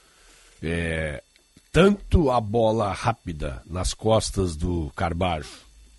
É, tanto a bola rápida nas costas do Carbacho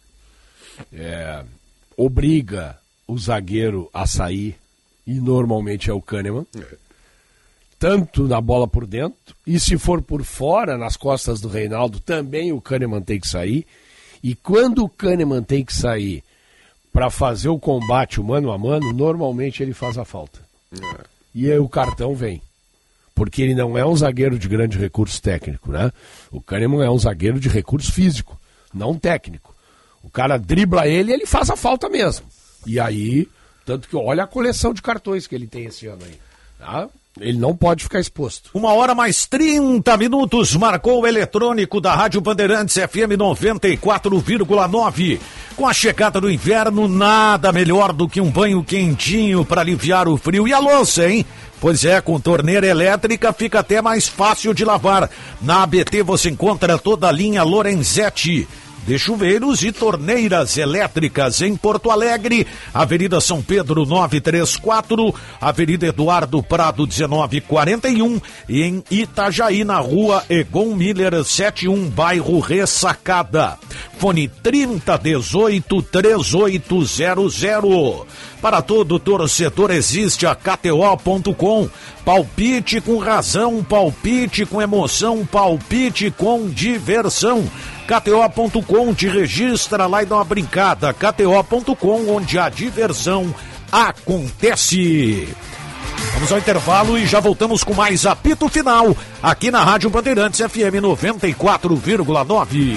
é, obriga o zagueiro a sair, e normalmente é o Kahneman. É. Tanto na bola por dentro, e se for por fora, nas costas do Reinaldo, também o Kahneman tem que sair. E quando o Kahneman tem que sair para fazer o combate o mano a mano, normalmente ele faz a falta. É. E aí o cartão vem. Porque ele não é um zagueiro de grande recurso técnico, né? O Kahneman é um zagueiro de recurso físico, não técnico. O cara dribla ele e ele faz a falta mesmo. E aí, tanto que olha a coleção de cartões que ele tem esse ano aí, tá? Ele não pode ficar exposto. Uma hora mais trinta minutos, marcou o eletrônico da Rádio Bandeirantes F M noventa e quatro vírgula nove. Com a chegada do inverno, nada melhor do que um banho quentinho para aliviar o frio. E a louça, hein? Pois é, com torneira elétrica fica até mais fácil de lavar. Na A B T você encontra toda a linha Lorenzetti de chuveiros e torneiras elétricas em Porto Alegre, Avenida São Pedro novecentos e trinta e quatro, Avenida Eduardo Prado dezenove quarenta e um e em Itajaí, na Rua Egon Miller setenta e um, bairro Ressacada. Fone trinta dezoito, trinta e oito zero zero. Para todo torcedor existe a K T O ponto com. Palpite com razão, palpite com emoção, palpite com diversão. K T O ponto com, te registra lá e dá uma brincada. K T O ponto com, onde a diversão acontece. Vamos ao intervalo e já voltamos com mais apito final aqui na Rádio Bandeirantes F M noventa e quatro vírgula nove.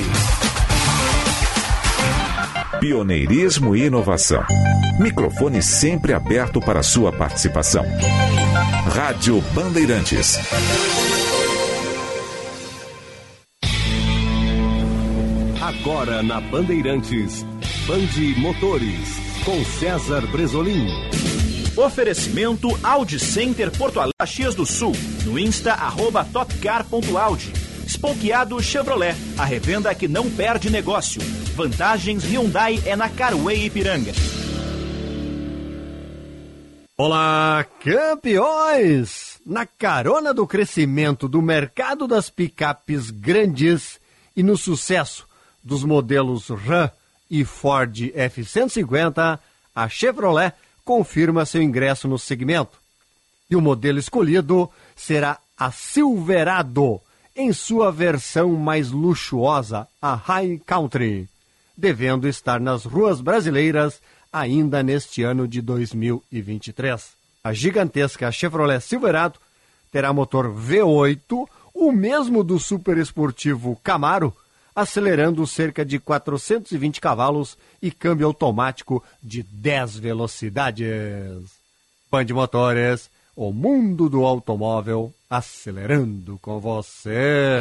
Pioneirismo e inovação. Microfone sempre aberto para sua participação. Rádio Bandeirantes. Agora na Bandeirantes, Bande Motores, com César Bresolim. Oferecimento Audi Center Porto Alegre, Caxias do Sul. No Insta, arroba topcar ponto audi. Spokeado Chevrolet, a revenda que não perde negócio. Vantagens Hyundai é na Carway Ipiranga. Olá, campeões! Na carona do crescimento do mercado das picapes grandes e no sucesso dos modelos Ram e Ford F cento e cinquenta, a Chevrolet confirma seu ingresso no segmento. E o modelo escolhido será a Silverado, em sua versão mais luxuosa, a High Country, devendo estar nas ruas brasileiras ainda neste ano de dois mil e vinte e três. A gigantesca Chevrolet Silverado terá motor V oito, o mesmo do super esportivo Camaro, acelerando cerca de quatrocentos e vinte cavalos e câmbio automático de dez velocidades. Band Motores, o mundo do automóvel acelerando com você.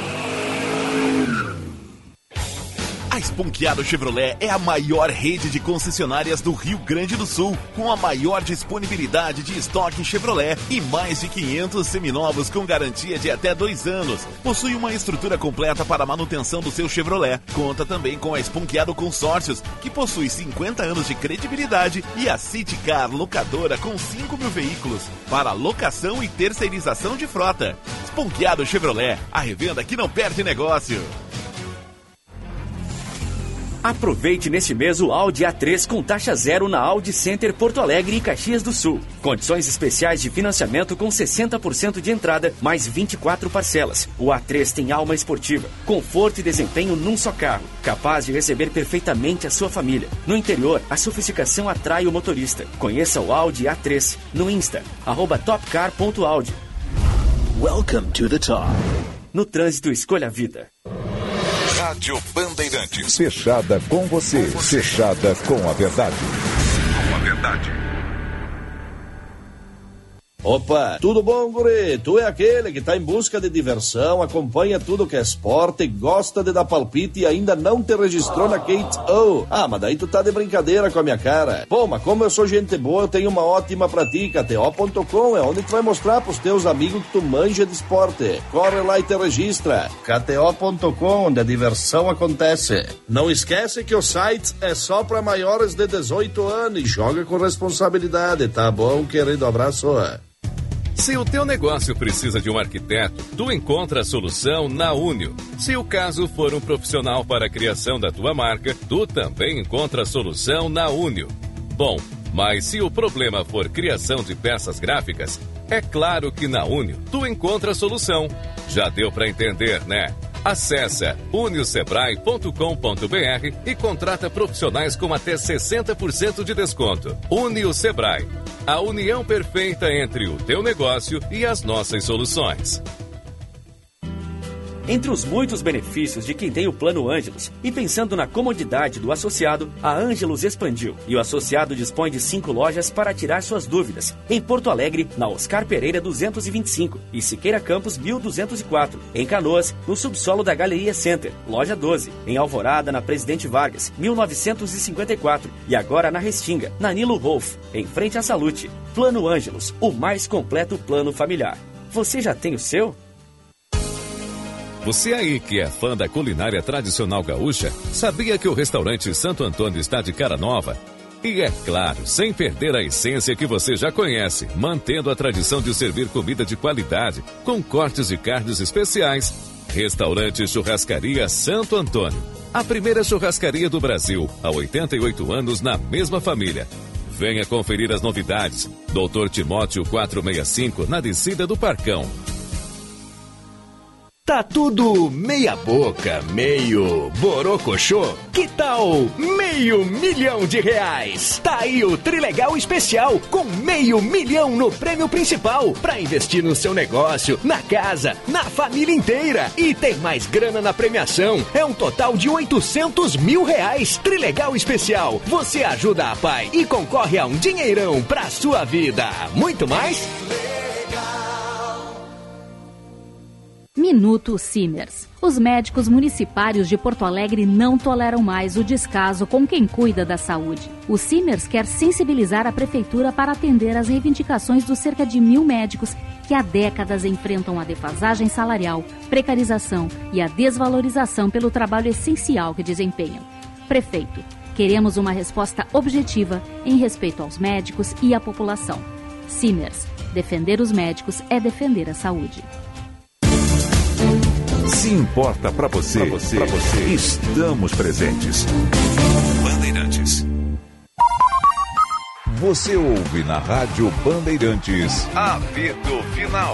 A Esponqueado Chevrolet é a maior rede de concessionárias do Rio Grande do Sul, com a maior disponibilidade de estoque Chevrolet e mais de quinhentos seminovos com garantia de até dois anos. Possui uma estrutura completa para a manutenção do seu Chevrolet. Conta também com a Esponqueado Consórcios, que possui cinquenta anos de credibilidade, e a Citicar Locadora com cinco mil veículos para locação e terceirização de frota. Esponqueado Chevrolet, a revenda que não perde negócio. Aproveite neste mês o Audi A três com taxa zero na Audi Center Porto Alegre e Caxias do Sul. Condições especiais de financiamento com sessenta por cento de entrada, mais vinte e quatro parcelas. O A três tem alma esportiva, conforto e desempenho num só carro, capaz de receber perfeitamente a sua família. No interior, a sofisticação atrai o motorista. Conheça o Audi A três no Insta, arroba topcar ponto audi. Welcome to the top. No trânsito, escolha a vida. Rádio Bandeirantes. Fechada com você. Fechada com a verdade. Com a verdade. Opa, tudo bom, guri? Tu é aquele que tá em busca de diversão, acompanha tudo que é esporte, gosta de dar palpite e ainda não te registrou na Kate O. Ah, mas daí tu tá de brincadeira com a minha cara. Pô, mas como eu sou gente boa, eu tenho uma ótima pra ti. K T O ponto com é onde tu vai mostrar pros teus amigos que tu manja de esporte. Corre lá e te registra. K T O ponto com, onde a diversão acontece. Não esquece que o site é só pra maiores de dezoito anos e joga com responsabilidade, tá bom, querido? Abraço. Se o teu negócio precisa de um arquiteto, tu encontra a solução na Unio. Se o caso for um profissional para a criação da tua marca, tu também encontra a solução na Unio. Bom, mas se o problema for criação de peças gráficas, é claro que na Unio tu encontra a solução. Já deu para entender, né? Acesse unio sebrae ponto com ponto b r e contrata profissionais com até sessenta por cento de desconto. Unio Sebrae, a união perfeita entre o teu negócio e as nossas soluções. Entre os muitos benefícios de quem tem o Plano Ângelos e pensando na comodidade do associado, a Ângelos expandiu e o associado dispõe de cinco lojas para tirar suas dúvidas. Em Porto Alegre, na Oscar Pereira duzentos e vinte e cinco e Siqueira Campos mil duzentos e quatro. Em Canoas, no subsolo da Galeria Center, loja doze. Em Alvorada, na Presidente Vargas, mil novecentos e cinquenta e quatro. E agora na Restinga, na Nilo Wolf, em frente à Salute. Plano Ângelos, o mais completo plano familiar. Você já tem o seu? Você aí que é fã da culinária tradicional gaúcha, sabia que o restaurante Santo Antônio está de cara nova? E é claro, sem perder a essência que você já conhece, mantendo a tradição de servir comida de qualidade, com cortes de carnes especiais. Restaurante Churrascaria Santo Antônio, a primeira churrascaria do Brasil, há oitenta e oito anos na mesma família. Venha conferir as novidades. doutor Timóteo quatrocentos e sessenta e cinco, na descida do Parcão. Tá tudo meia boca, meio borocochô? Que tal meio milhão de reais? Tá aí o Trilegal Especial, com meio milhão no prêmio principal, pra investir no seu negócio, na casa, na família inteira. E tem mais grana na premiação, é um total de oitocentos mil reais. Trilegal Especial, você ajuda a pai e concorre a um dinheirão pra sua vida. Muito mais? Minuto Simers. Os médicos municipários de Porto Alegre não toleram mais o descaso com quem cuida da saúde. O Simers quer sensibilizar a prefeitura para atender às reivindicações dos cerca de mil médicos que há décadas enfrentam a defasagem salarial, precarização e a desvalorização pelo trabalho essencial que desempenham. Prefeito, queremos uma resposta objetiva em respeito aos médicos e à população. Simers. Defender os médicos é defender a saúde. Se importa pra você, pra você, pra você, estamos presentes. Bandeirantes. Você ouve na Rádio Bandeirantes. Apito Final.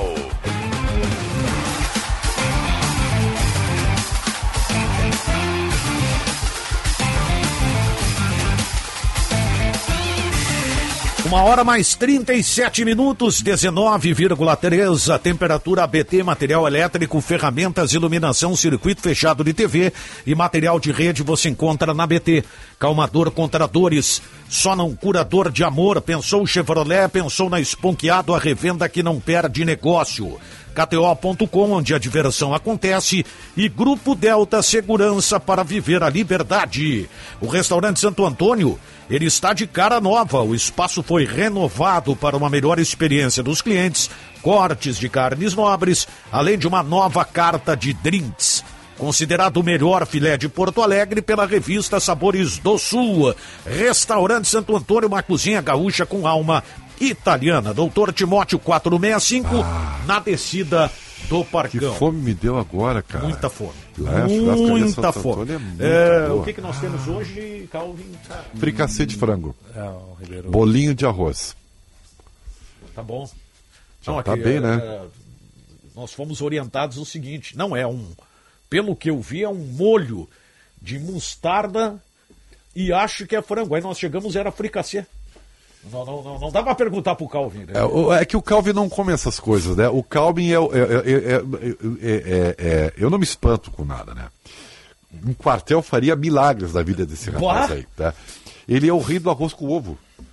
Uma hora mais trinta e sete minutos, dezenove vírgula três, a temperatura. A B T, material elétrico, ferramentas, iluminação, circuito fechado de T V e material de rede você encontra na B T. Calmador contra dores, só não cura dor de amor. Pensou Chevrolet, pensou na Esponqueado, a revenda que não perde negócio. K T O ponto com, onde a diversão acontece, e Grupo Delta, segurança para viver a liberdade. O restaurante Santo Antônio, ele está de cara nova. O espaço foi renovado para uma melhor experiência dos clientes, cortes de carnes nobres, além de uma nova carta de drinks. Considerado o melhor filé de Porto Alegre pela revista Sabores do Sul. Restaurante Santo Antônio, uma cozinha gaúcha com alma italiana. doutor Timóteo quatrocentos e sessenta e cinco, ah, na descida do Parcão. Que fome me deu agora, cara. Muita fome. É, muita fome. É é, o que, que nós temos hoje, Calvin? Fricassê de frango. É, o Ribeiro. Bolinho de arroz. Tá bom. Já não, tá aqui, bem, é, né? É, nós fomos orientados o seguinte, não é um, pelo que eu vi, é um molho de mostarda e acho que é frango. Aí nós chegamos, era fricassê. Não, não, não, não dá pra perguntar pro Calvin. Né? É, é que o Calvin não come essas coisas, né? O Calvin é, é, é, é, é. Eu não me espanto com nada, né? Um quartel faria milagres na vida desse rapaz aí, tá? Ele é o rei do arroz com ovo.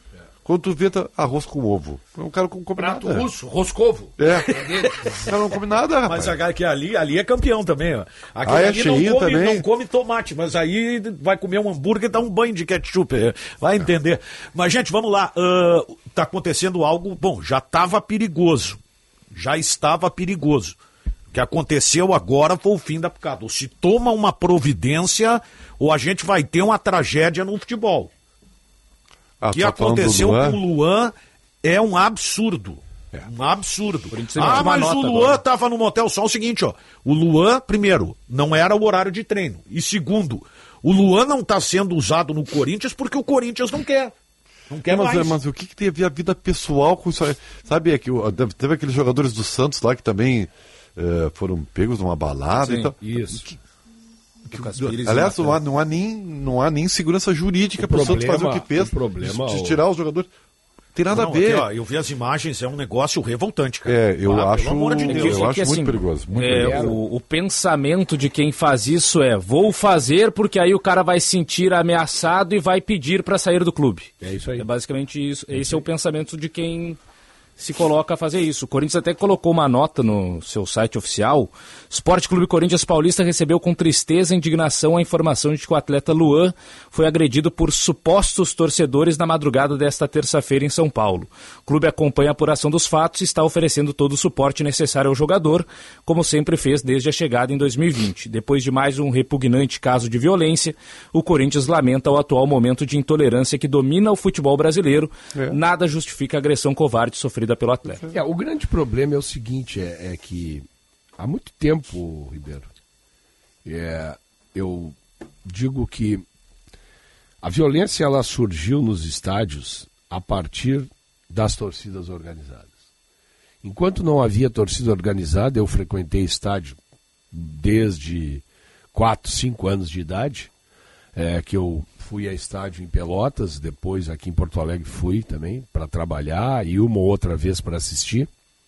Quando tu vê, tá arroz com ovo. Um cara com come Prato nada. russo, roscovo. É. O cara não come nada, rapaz. Mas a cara que ali, ali é campeão também, ó. Aquele Ah, é ali não cheinho come, também? não come tomate, mas aí vai comer um hambúrguer e dá um banho de ketchup. é. Vai entender. Mas, gente, vamos lá. Uh, tá acontecendo algo, bom, já estava perigoso. Já estava perigoso. O que aconteceu agora foi o fim da picada. Ou se toma uma providência, ou a gente vai ter uma tragédia no futebol. Ah, O que tá falando do aconteceu Luan? com o Luan é um absurdo. Um absurdo. emitiu Ah, uma mas o nota Luan agora. tava no motel. Só o seguinte, ó. O Luan, primeiro, não era o horário de treino. E segundo, o Luan não tá sendo usado no Corinthians porque o Corinthians não quer. Não quer mas, mais. mas o que, que tem a ver a vida pessoal com isso aí? Sabe, é que o- teve aqueles jogadores do Santos lá que também eh, foram pegos numa balada Sim, e tal. Isso. Lucas Pires e Aliás, Natan. não há, não, há nem, não há nem segurança jurídica O para o Santos problema- fazer o que fez. o problema, de, de o- tirar os jogadores. Tem nada Não, a ver. aqui, ó, eu vi as imagens, é um negócio revoltante, cara. É, eu Ah, acho, pelo amor de Deus. eu É acho que, muito assim, perigoso. Muito é, perigoso. o, o pensamento de quem faz isso é: vou fazer porque aí o cara vai se sentir ameaçado e vai pedir para sair do clube. É isso aí. É basicamente isso. Esse é o pensamento de quem se coloca a fazer isso. O Corinthians até colocou uma nota no seu site oficial. Sport Clube Corinthians Paulista recebeu com tristeza e indignação a informação de que o atleta Luan foi agredido por supostos torcedores na madrugada desta terça-feira em São Paulo. O clube acompanha a apuração dos fatos e está oferecendo todo o suporte necessário ao jogador, como sempre fez desde a chegada em dois mil e vinte. Depois de mais um repugnante caso de violência, o Corinthians lamenta o atual momento de intolerância que domina o futebol brasileiro. É. Nada justifica a agressão covarde sofrida pelo atleta. É, o grande problema é o seguinte, é, é que há muito tempo, Ribeiro, é, eu digo que a violência ela surgiu nos estádios a partir das torcidas organizadas. Enquanto não havia torcida organizada, eu frequentei estádio desde quatro, cinco anos de idade, é, que eu fui a estádio em Pelotas, depois aqui em Porto Alegre fui também para trabalhar e uma ou outra vez para assistir.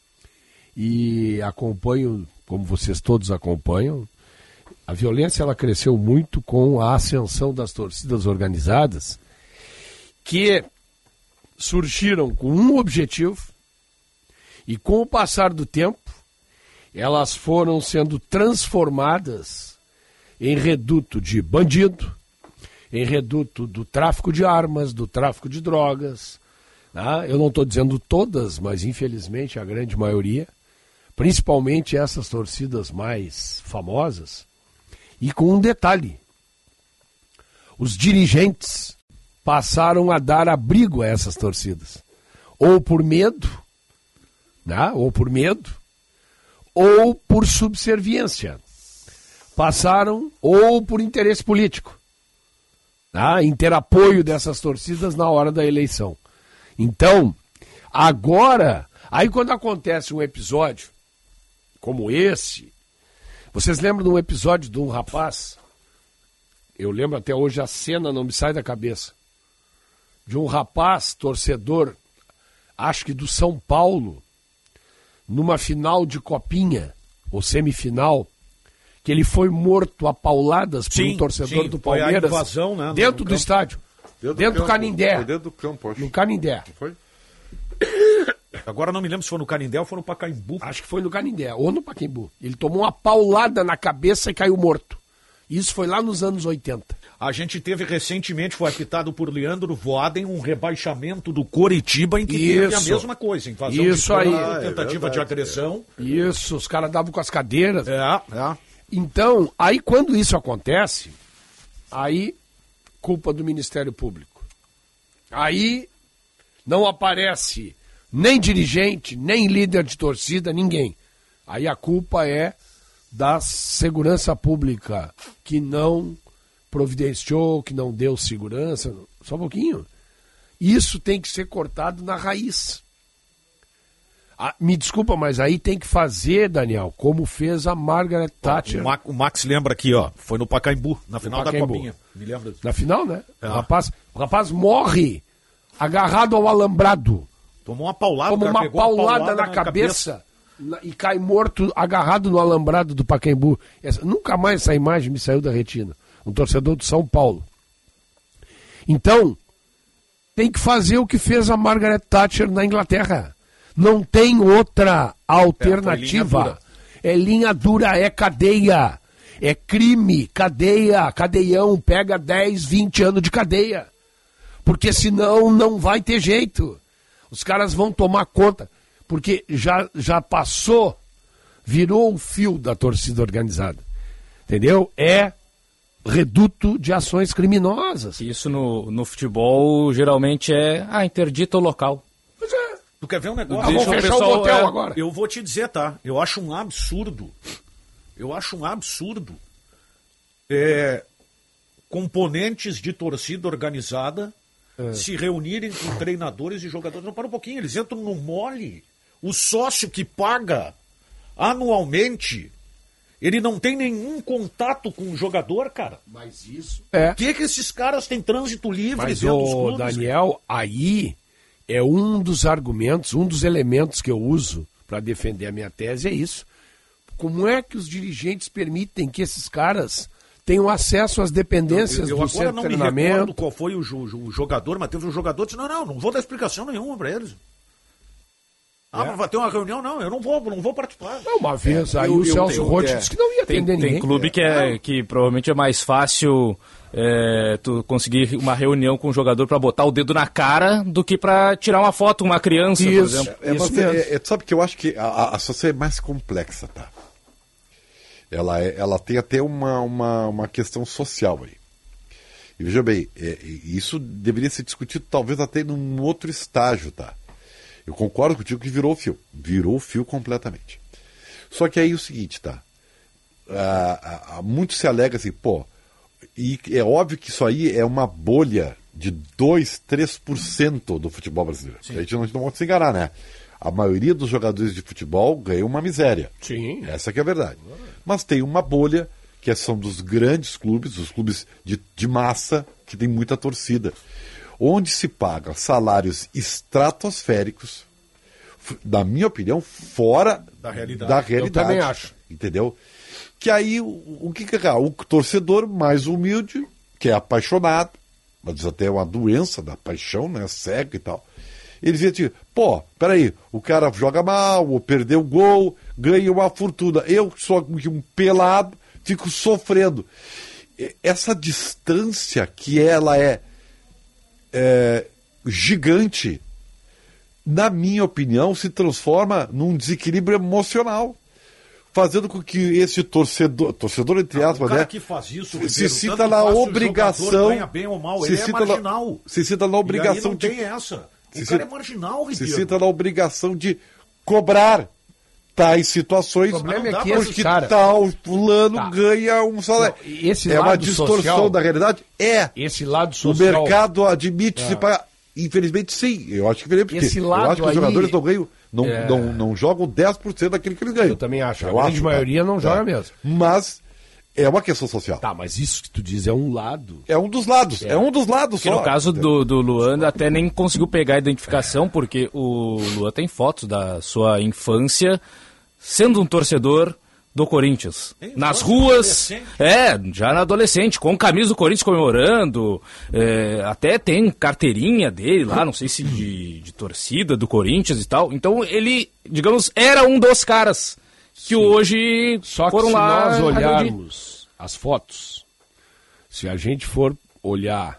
E acompanho, como vocês todos acompanham, a violência ela cresceu muito com a ascensão das torcidas organizadas, que surgiram com um objetivo e com o passar do tempo elas foram sendo transformadas em reduto de bandido, em reduto do tráfico de armas, do tráfico de drogas. Tá? Eu não estou dizendo todas, mas infelizmente a grande maioria, principalmente essas torcidas mais famosas. E com um detalhe, os dirigentes passaram a dar abrigo a essas torcidas, ou por medo, né? ou por medo, ou por subserviência. Passaram ou por interesse político. Tá? Em ter apoio dessas torcidas na hora da eleição. Então, agora, aí quando acontece um episódio como esse, vocês lembram de um episódio de um rapaz, eu lembro até hoje, a cena não me sai da cabeça, de um rapaz torcedor, acho que do São Paulo, numa final de copinha, ou semifinal, que ele foi morto a pauladas por Sim, um torcedor sim, do foi a Palmeiras, invasão, né, no- dentro no do campo. estádio, Dentro do dentro do campo. Canindé. Foi dentro do campo, acho. No Canindé. Foi? Agora não me lembro se foi no Canindé ou foi no Pacaembu. Acho que foi no Canindé, ou no Pacaembu. Ele tomou uma paulada na cabeça e caiu morto. Isso foi lá nos anos oitenta. A gente teve recentemente, foi apitado por Leandro Voaden, um rebaixamento do Coritiba em que teve a Isso. mesma coisa. Invasão Isso de campo, aí. tentativa Ah, é de verdade, agressão. Isso, os caras davam com as cadeiras. É, é. Então, aí quando isso acontece, aí culpa do Ministério Público. Aí não aparece nem dirigente, nem líder de torcida, ninguém. Aí a culpa é da segurança pública, que não providenciou, que não deu segurança. Só um pouquinho. Isso tem que ser cortado na raiz. Ah, me desculpa, mas aí tem que fazer, Daniel, como fez a Margaret Thatcher. O, Ma- o Max lembra aqui, ó. Foi no Pacaembu, na final da Pacaembu. Copinha. Me lembra? Na final, né? É. O, rapaz, o rapaz morre agarrado ao alambrado. Tomou uma paulada. Tomou o cara uma pegou a paulada, na, cabeça, na- e cai morto agarrado no alambrado do Pacaembu. Essa- nunca mais essa imagem me saiu da retina. Um torcedor do São Paulo. Então, tem que fazer o que fez a Margaret Thatcher na Inglaterra. Não tem outra alternativa. É, é linha dura, é cadeia. É crime, cadeia, cadeião, pega dez, vinte anos de cadeia. Porque senão não vai ter jeito. Os caras vão tomar conta. Porque já, já passou, virou o fio da torcida organizada. Entendeu? É reduto de ações criminosas. Isso no, no futebol geralmente é, ah, interdita o local. Pois é. Tu quer ver um negócio? Ah, vamos fechar pessoal, o hotel é, agora. Eu vou te dizer, tá? Eu acho um absurdo. Eu acho um absurdo. É, componentes de torcida organizada é. se reunirem com treinadores e jogadores. Não, para um pouquinho, eles entram no mole. O sócio que paga anualmente, ele não tem nenhum contato com o jogador, cara. Mas isso... É. Por que, que esses caras têm trânsito livre Mas, dentro dos ô, clubes? Daniel, aí é um dos argumentos, um dos elementos que eu uso para defender a minha tese, é isso. Como é que os dirigentes permitem que esses caras tenham acesso às dependências eu, eu, eu do centro de treinamento? Eu agora não me recordo qual foi o, o, o jogador, mas teve um jogador que disse, não, não, não vou dar explicação nenhuma para eles. Ah, é. vai ter uma reunião? Não, eu não vou, não vou participar. Não, uma vez, é, aí eu, o Celso Roth é. disse que não ia atender tem, ninguém. Tem clube que, é, que provavelmente é mais fácil é, tu conseguir uma reunião com o jogador para botar o dedo na cara do que para tirar uma foto com uma criança, isso, por exemplo. É, Isso é, é, sabe que eu acho que a, a situação é mais complexa, tá? Ela, é, ela tem até uma, uma, uma questão social aí. E veja bem, é, isso deveria ser discutido talvez até num outro estágio, tá? Eu concordo contigo que virou o fio. Virou o fio completamente. Só que aí é o seguinte, tá? Ah, ah, muito se alega assim, pô, e é óbvio que isso aí é uma bolha de dois, três por cento do futebol brasileiro. Sim. A gente não, a gente não pode se enganar, né? A maioria dos jogadores de futebol ganha uma miséria. Sim. Essa que é a verdade. Mas tem uma bolha que são dos grandes clubes, os clubes de, de massa, que tem muita torcida, onde se paga salários estratosféricos, na minha opinião, fora da realidade. Da realidade. Eu também acho. Entendeu? Que aí, o, o que que é? O torcedor mais humilde, que é apaixonado, mas até uma doença da paixão, né? Cego e tal. Ele dizia assim, pô, peraí, o cara joga mal, ou perdeu o gol, ganha uma fortuna. Eu sou um pelado, fico sofrendo. Essa distância que ela é, é gigante, na minha opinião, se transforma num desequilíbrio emocional, fazendo com que esse torcedor, torcedor entre aspas, o cara né, que faz isso, se sinta na obrigação, ganha bem ou mal, se ele é marginal. Na, se sinta na obrigação não de tem essa. O se cara se, é marginal, Ribeiro. Se sinta na obrigação de cobrar tais situações, o problema é que porque cara... tal fulano tá. ganha um salário. Não, esse é lado uma distorção social, da realidade? É. Esse lado social... O mercado admite é. se pagar. Infelizmente, sim. Eu acho que porque esse lado eu acho que os aí... jogadores não ganham, não, é. não, não jogam dez por cento daquilo que eles ganham. Eu também acho. Eu a grande acho, maioria tá? não joga é. mesmo. Mas é uma questão social. Tá, mas isso que tu diz é um lado. É um dos lados. É, é um dos lados que só. No caso do, do Luan, até nem conseguiu pegar a identificação, porque o Luan tem fotos da sua infância sendo um torcedor do Corinthians. Tem nas ruas, é, já na adolescente, com camisa do Corinthians comemorando, é, até tem carteirinha dele lá, não sei se de, de torcida do Corinthians e tal. Então ele, digamos, era um dos caras que Sim. hoje Só que foram se lá nós olharmos as fotos, se a gente for olhar,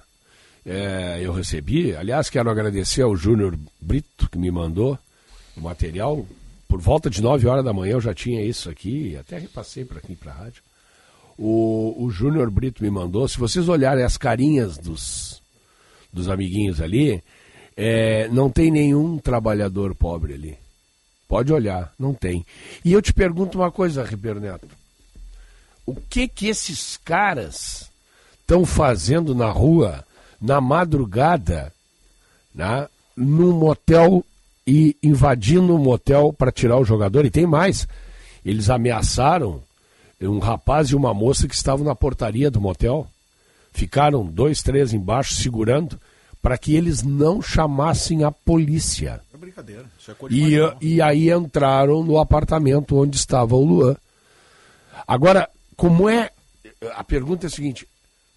é, eu recebi, aliás, quero agradecer ao Júnior Brito, que me mandou o material. Por volta de nove horas da manhã eu já tinha isso aqui, até repassei para aqui para a rádio. O, o Júnior Brito me mandou, se vocês olharem as carinhas dos, dos amiguinhos ali, é, não tem nenhum trabalhador pobre ali. Pode olhar, não tem. E eu te pergunto uma coisa, Ribeiro Neto. O que que esses caras estão fazendo na rua, na madrugada, né, num motel e invadindo um motel para tirar o jogador? E tem mais, eles ameaçaram um rapaz e uma moça que estavam na portaria do motel, ficaram dois, três embaixo segurando para que eles não chamassem a polícia. É brincadeira, isso é e, e aí entraram no apartamento onde estava o Luan. Agora, como é, a pergunta é a seguinte,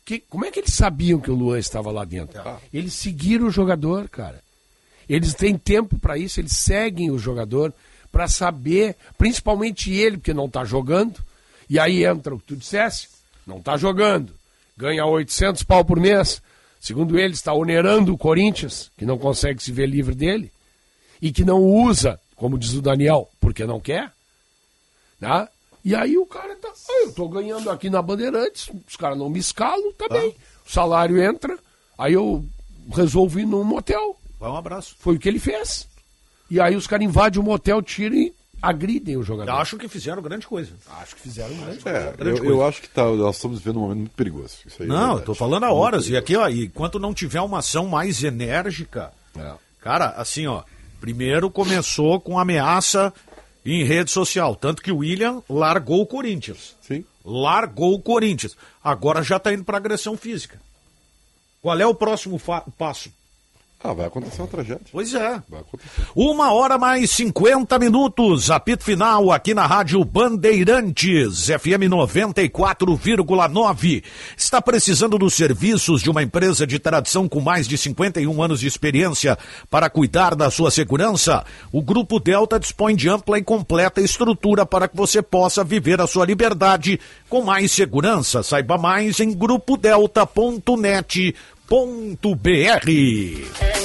que, como é que eles sabiam que o Luan estava lá dentro? Ah. Eles seguiram o jogador, cara. Eles têm tempo para isso, eles seguem o jogador para saber, principalmente ele, porque não está jogando. E aí entra o que tu dissesse, não está jogando. Ganha oitocentos pau por mês. Segundo ele, está onerando o Corinthians, que não consegue se ver livre dele. E que não usa, como diz o Daniel, porque não quer. Né? E aí o cara tá, ah, eu tô ganhando aqui na Bandeirantes, os caras não me escalam, tá ah. bem. O salário entra, aí eu resolvo ir num motel. Vai um abraço. Foi o que ele fez. E aí os caras invadem o motel, tiram e agridem o jogador. Eu acho que fizeram grande coisa. Acho que fizeram grande é, coisa. Grande eu, coisa. eu acho que tá, nós estamos vivendo um momento muito perigoso. Isso aí não, é tô falando há horas. E aqui, ó, enquanto não tiver uma ação mais enérgica, é. cara, assim, ó, primeiro começou com ameaça em rede social. Tanto que o William largou o Corinthians. Sim. Largou o Corinthians. Agora já tá indo pra agressão física. Qual é o próximo passo? Ah, vai acontecer uma tragédia. Pois é. Vai acontecer. Uma hora mais cinquenta minutos, apito final aqui na Rádio Bandeirantes, F M noventa e quatro vírgula nove. Está precisando dos serviços de uma empresa de tradição com mais de cinquenta e um anos de experiência para cuidar da sua segurança? O Grupo Delta dispõe de ampla e completa estrutura para que você possa viver a sua liberdade com mais segurança. Saiba mais em grupo delta ponto net ponto b r.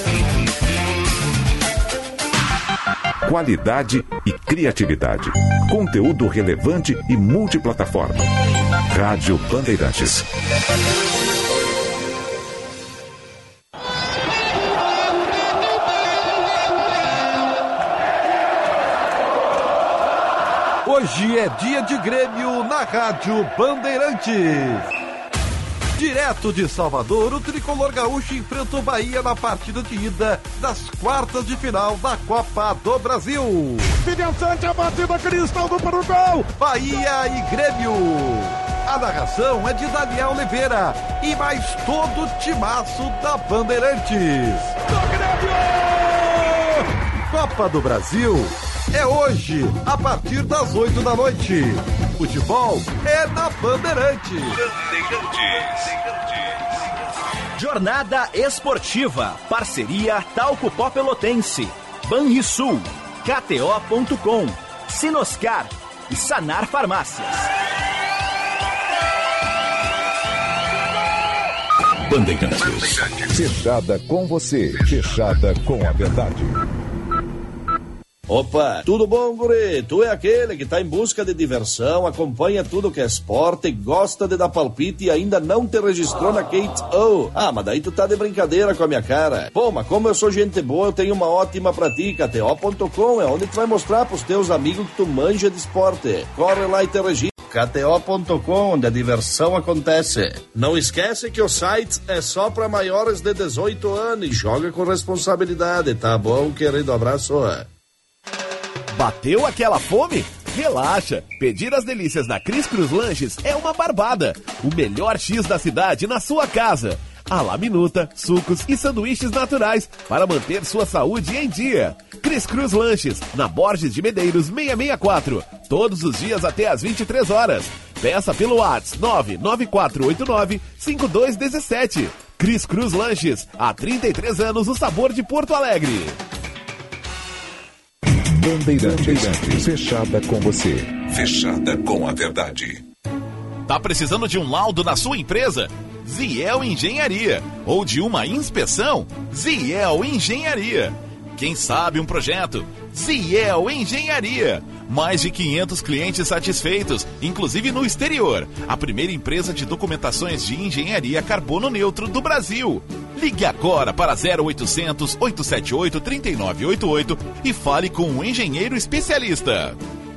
Qualidade e criatividade. Conteúdo relevante e multiplataforma. Rádio Bandeirantes. Hoje é dia de Grêmio na Rádio Bandeirantes. Direto de Salvador, o tricolor gaúcho enfrenta o Bahia na partida de ida das quartas de final da Copa do Brasil. Fidelzante, a batida, Cristaldo para o gol. Bahia e Grêmio. A narração é de Daniel Oliveira e mais todo o timaço da Bandeirantes. Do Grêmio! Copa do Brasil é hoje, a partir das oito da noite. Futebol é na Bandeirantes. Bandeirantes. Jornada Esportiva. Parceria Talco Pó Pelotense. Banrisul. K T O ponto com. Sinoscar. E Sanar Farmácias. Bandeirantes. Fechada com você. Fechada com a verdade. Opa, tudo bom, guri? Tu é aquele que tá em busca de diversão, acompanha tudo que é esporte, gosta de dar palpite e ainda não te registrou na Kate O. Ah, mas daí tu tá de brincadeira com a minha cara. Pô, mas como eu sou gente boa, eu tenho uma ótima pra ti. K T O ponto com é onde tu vai mostrar pros teus amigos que tu manja de esporte. Corre lá e te registra. K T O ponto com, onde a diversão acontece. Não esquece que o site é só pra maiores de dezoito anos e joga com responsabilidade, tá bom, querido? Abraço. Bateu aquela fome? Relaxa, pedir as delícias da Cris Cruz Lanches é uma barbada. O melhor X da cidade na sua casa. A la minuta, sucos e sanduíches naturais para manter sua saúde em dia. Cris Cruz Lanches, na Borges de Medeiros seiscentos e sessenta e quatro. Todos os dias até às vinte e três horas. Peça pelo WhatsApp nove nove quatro oito nove cinco dois um sete. Cris Cruz Lanches, há trinta e três anos o sabor de Porto Alegre. Bandeirantes, fechada com você. Fechada com a verdade. Tá precisando de um laudo na sua empresa? Ziel Engenharia. Ou de uma inspeção? Ziel Engenharia. Quem sabe um projeto? Ziel Engenharia. Mais de quinhentos clientes satisfeitos, inclusive no exterior. A primeira empresa de documentações de engenharia carbono neutro do Brasil. Ligue agora para zero oitocentos, oitocentos e setenta e oito, trinta e nove oitenta e oito e fale com um engenheiro especialista.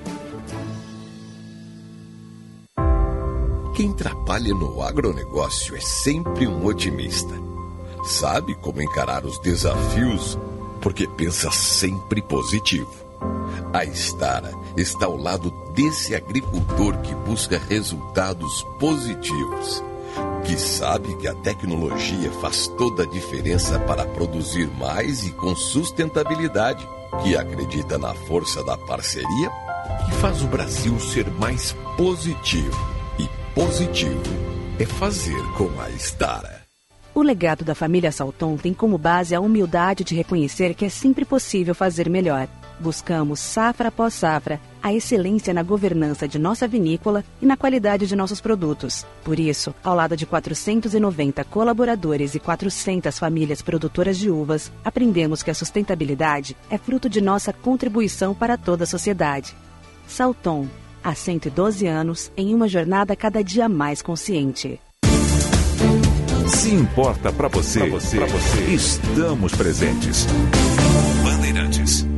Quem trabalha no agronegócio é sempre um otimista. Sabe como encarar os desafios, porque pensa sempre positivo. A Stara está ao lado desse agricultor que busca resultados positivos, que sabe que a tecnologia faz toda a diferença para produzir mais e com sustentabilidade, que acredita na força da parceria, que faz o Brasil ser mais positivo. E positivo é fazer com a Stara. O legado da família Salton tem como base a humildade de reconhecer que é sempre possível fazer melhor. Buscamos, safra após safra, a excelência na governança de nossa vinícola e na qualidade de nossos produtos. Por isso, ao lado de quatrocentos e noventa colaboradores e quatrocentas famílias produtoras de uvas, aprendemos que a sustentabilidade é fruto de nossa contribuição para toda a sociedade. Salton, há cento e doze anos, em uma jornada cada dia mais consciente. Se importa pra você, pra você, pra você, estamos presentes. Bandeirantes.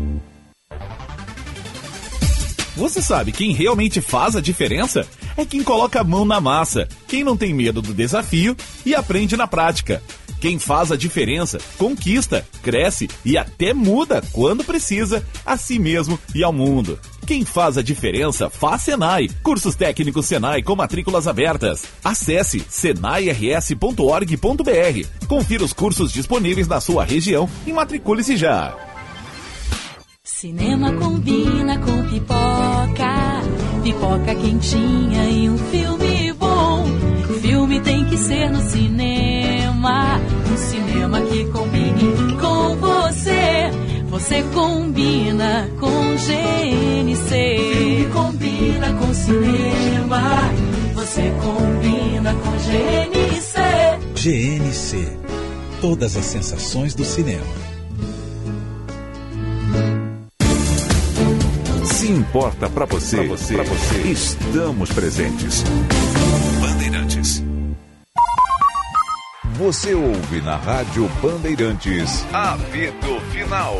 Você sabe quem realmente faz a diferença? É quem coloca a mão na massa, quem não tem medo do desafio e aprende na prática. Quem faz a diferença, conquista, cresce e até muda, quando precisa, a si mesmo e ao mundo. Quem faz a diferença, faz Senai. Cursos técnicos Senai com matrículas abertas. Acesse senai r s ponto org ponto b r. Confira os cursos disponíveis na sua região e matricule-se já. Cinema combina com pipoca, pipoca quentinha e um filme bom. Filme tem que ser no cinema, um cinema que combine com você. Você combina com G N C. Filme combina com cinema, você combina com G N C. G N C, todas as sensações do cinema. Se importa pra você, pra você, pra você, estamos presentes. Bandeirantes. Você ouve na Rádio Bandeirantes. Apito Final.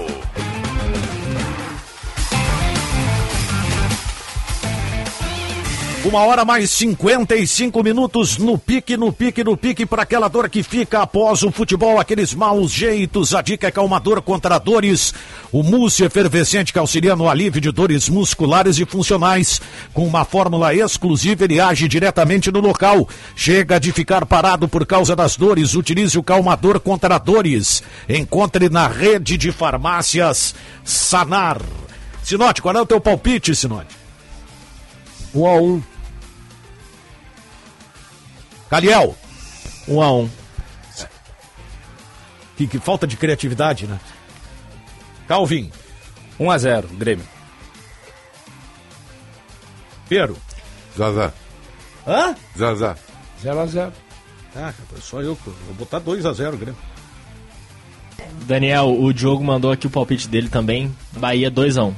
Uma hora mais cinquenta e cinco minutos no pique, no pique, no pique, para aquela dor que fica após o futebol, aqueles maus jeitos. A dica é calmador contra dores. O mousse efervescente que auxilia no alívio de dores musculares e funcionais. Com uma fórmula exclusiva, ele age diretamente no local. Chega de ficar parado por causa das dores. Utilize o calmador contra dores. Encontre na rede de farmácias Sanar. Sinote, qual é o teu palpite, Sinote? Um a um. Caliel. Um a um. Que, que falta de criatividade, né? Calvin. um a zero, Grêmio. Pedro. Zazá. Hã? Zazá. zero a zero. Ah, só eu. Vou botar dois a zero, Grêmio. Daniel, o Diogo mandou aqui o palpite dele também. Bahia dois a um.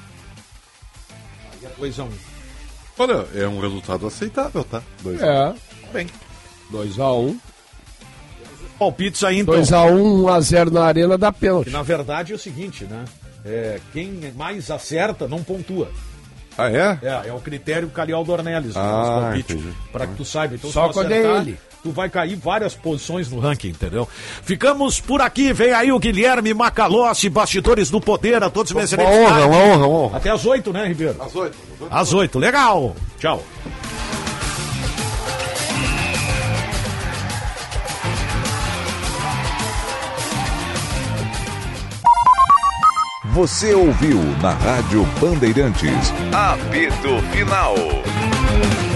Bahia dois a um. Olha, é um resultado aceitável, tá? dois a um. É. Bem. dois a um. Palpites aí, então. dois a um, um a zero na arena dá pênalti. Na verdade é o seguinte, né? É, quem mais acerta não pontua. Ah, é? É, é o critério Calial Dornelles, ah, palpite, para que tu saiba. Então, só quando é ele. Tu vai cair várias posições no ranking, entendeu? Ficamos por aqui, vem aí o Guilherme Macalossi, bastidores do poder, a todos os meus Uma honra, uma honra, uma honra. Até às oito, né, Ribeiro? Às oito. Às oito, legal. Tchau. Você ouviu na Rádio Bandeirantes. Apito Final.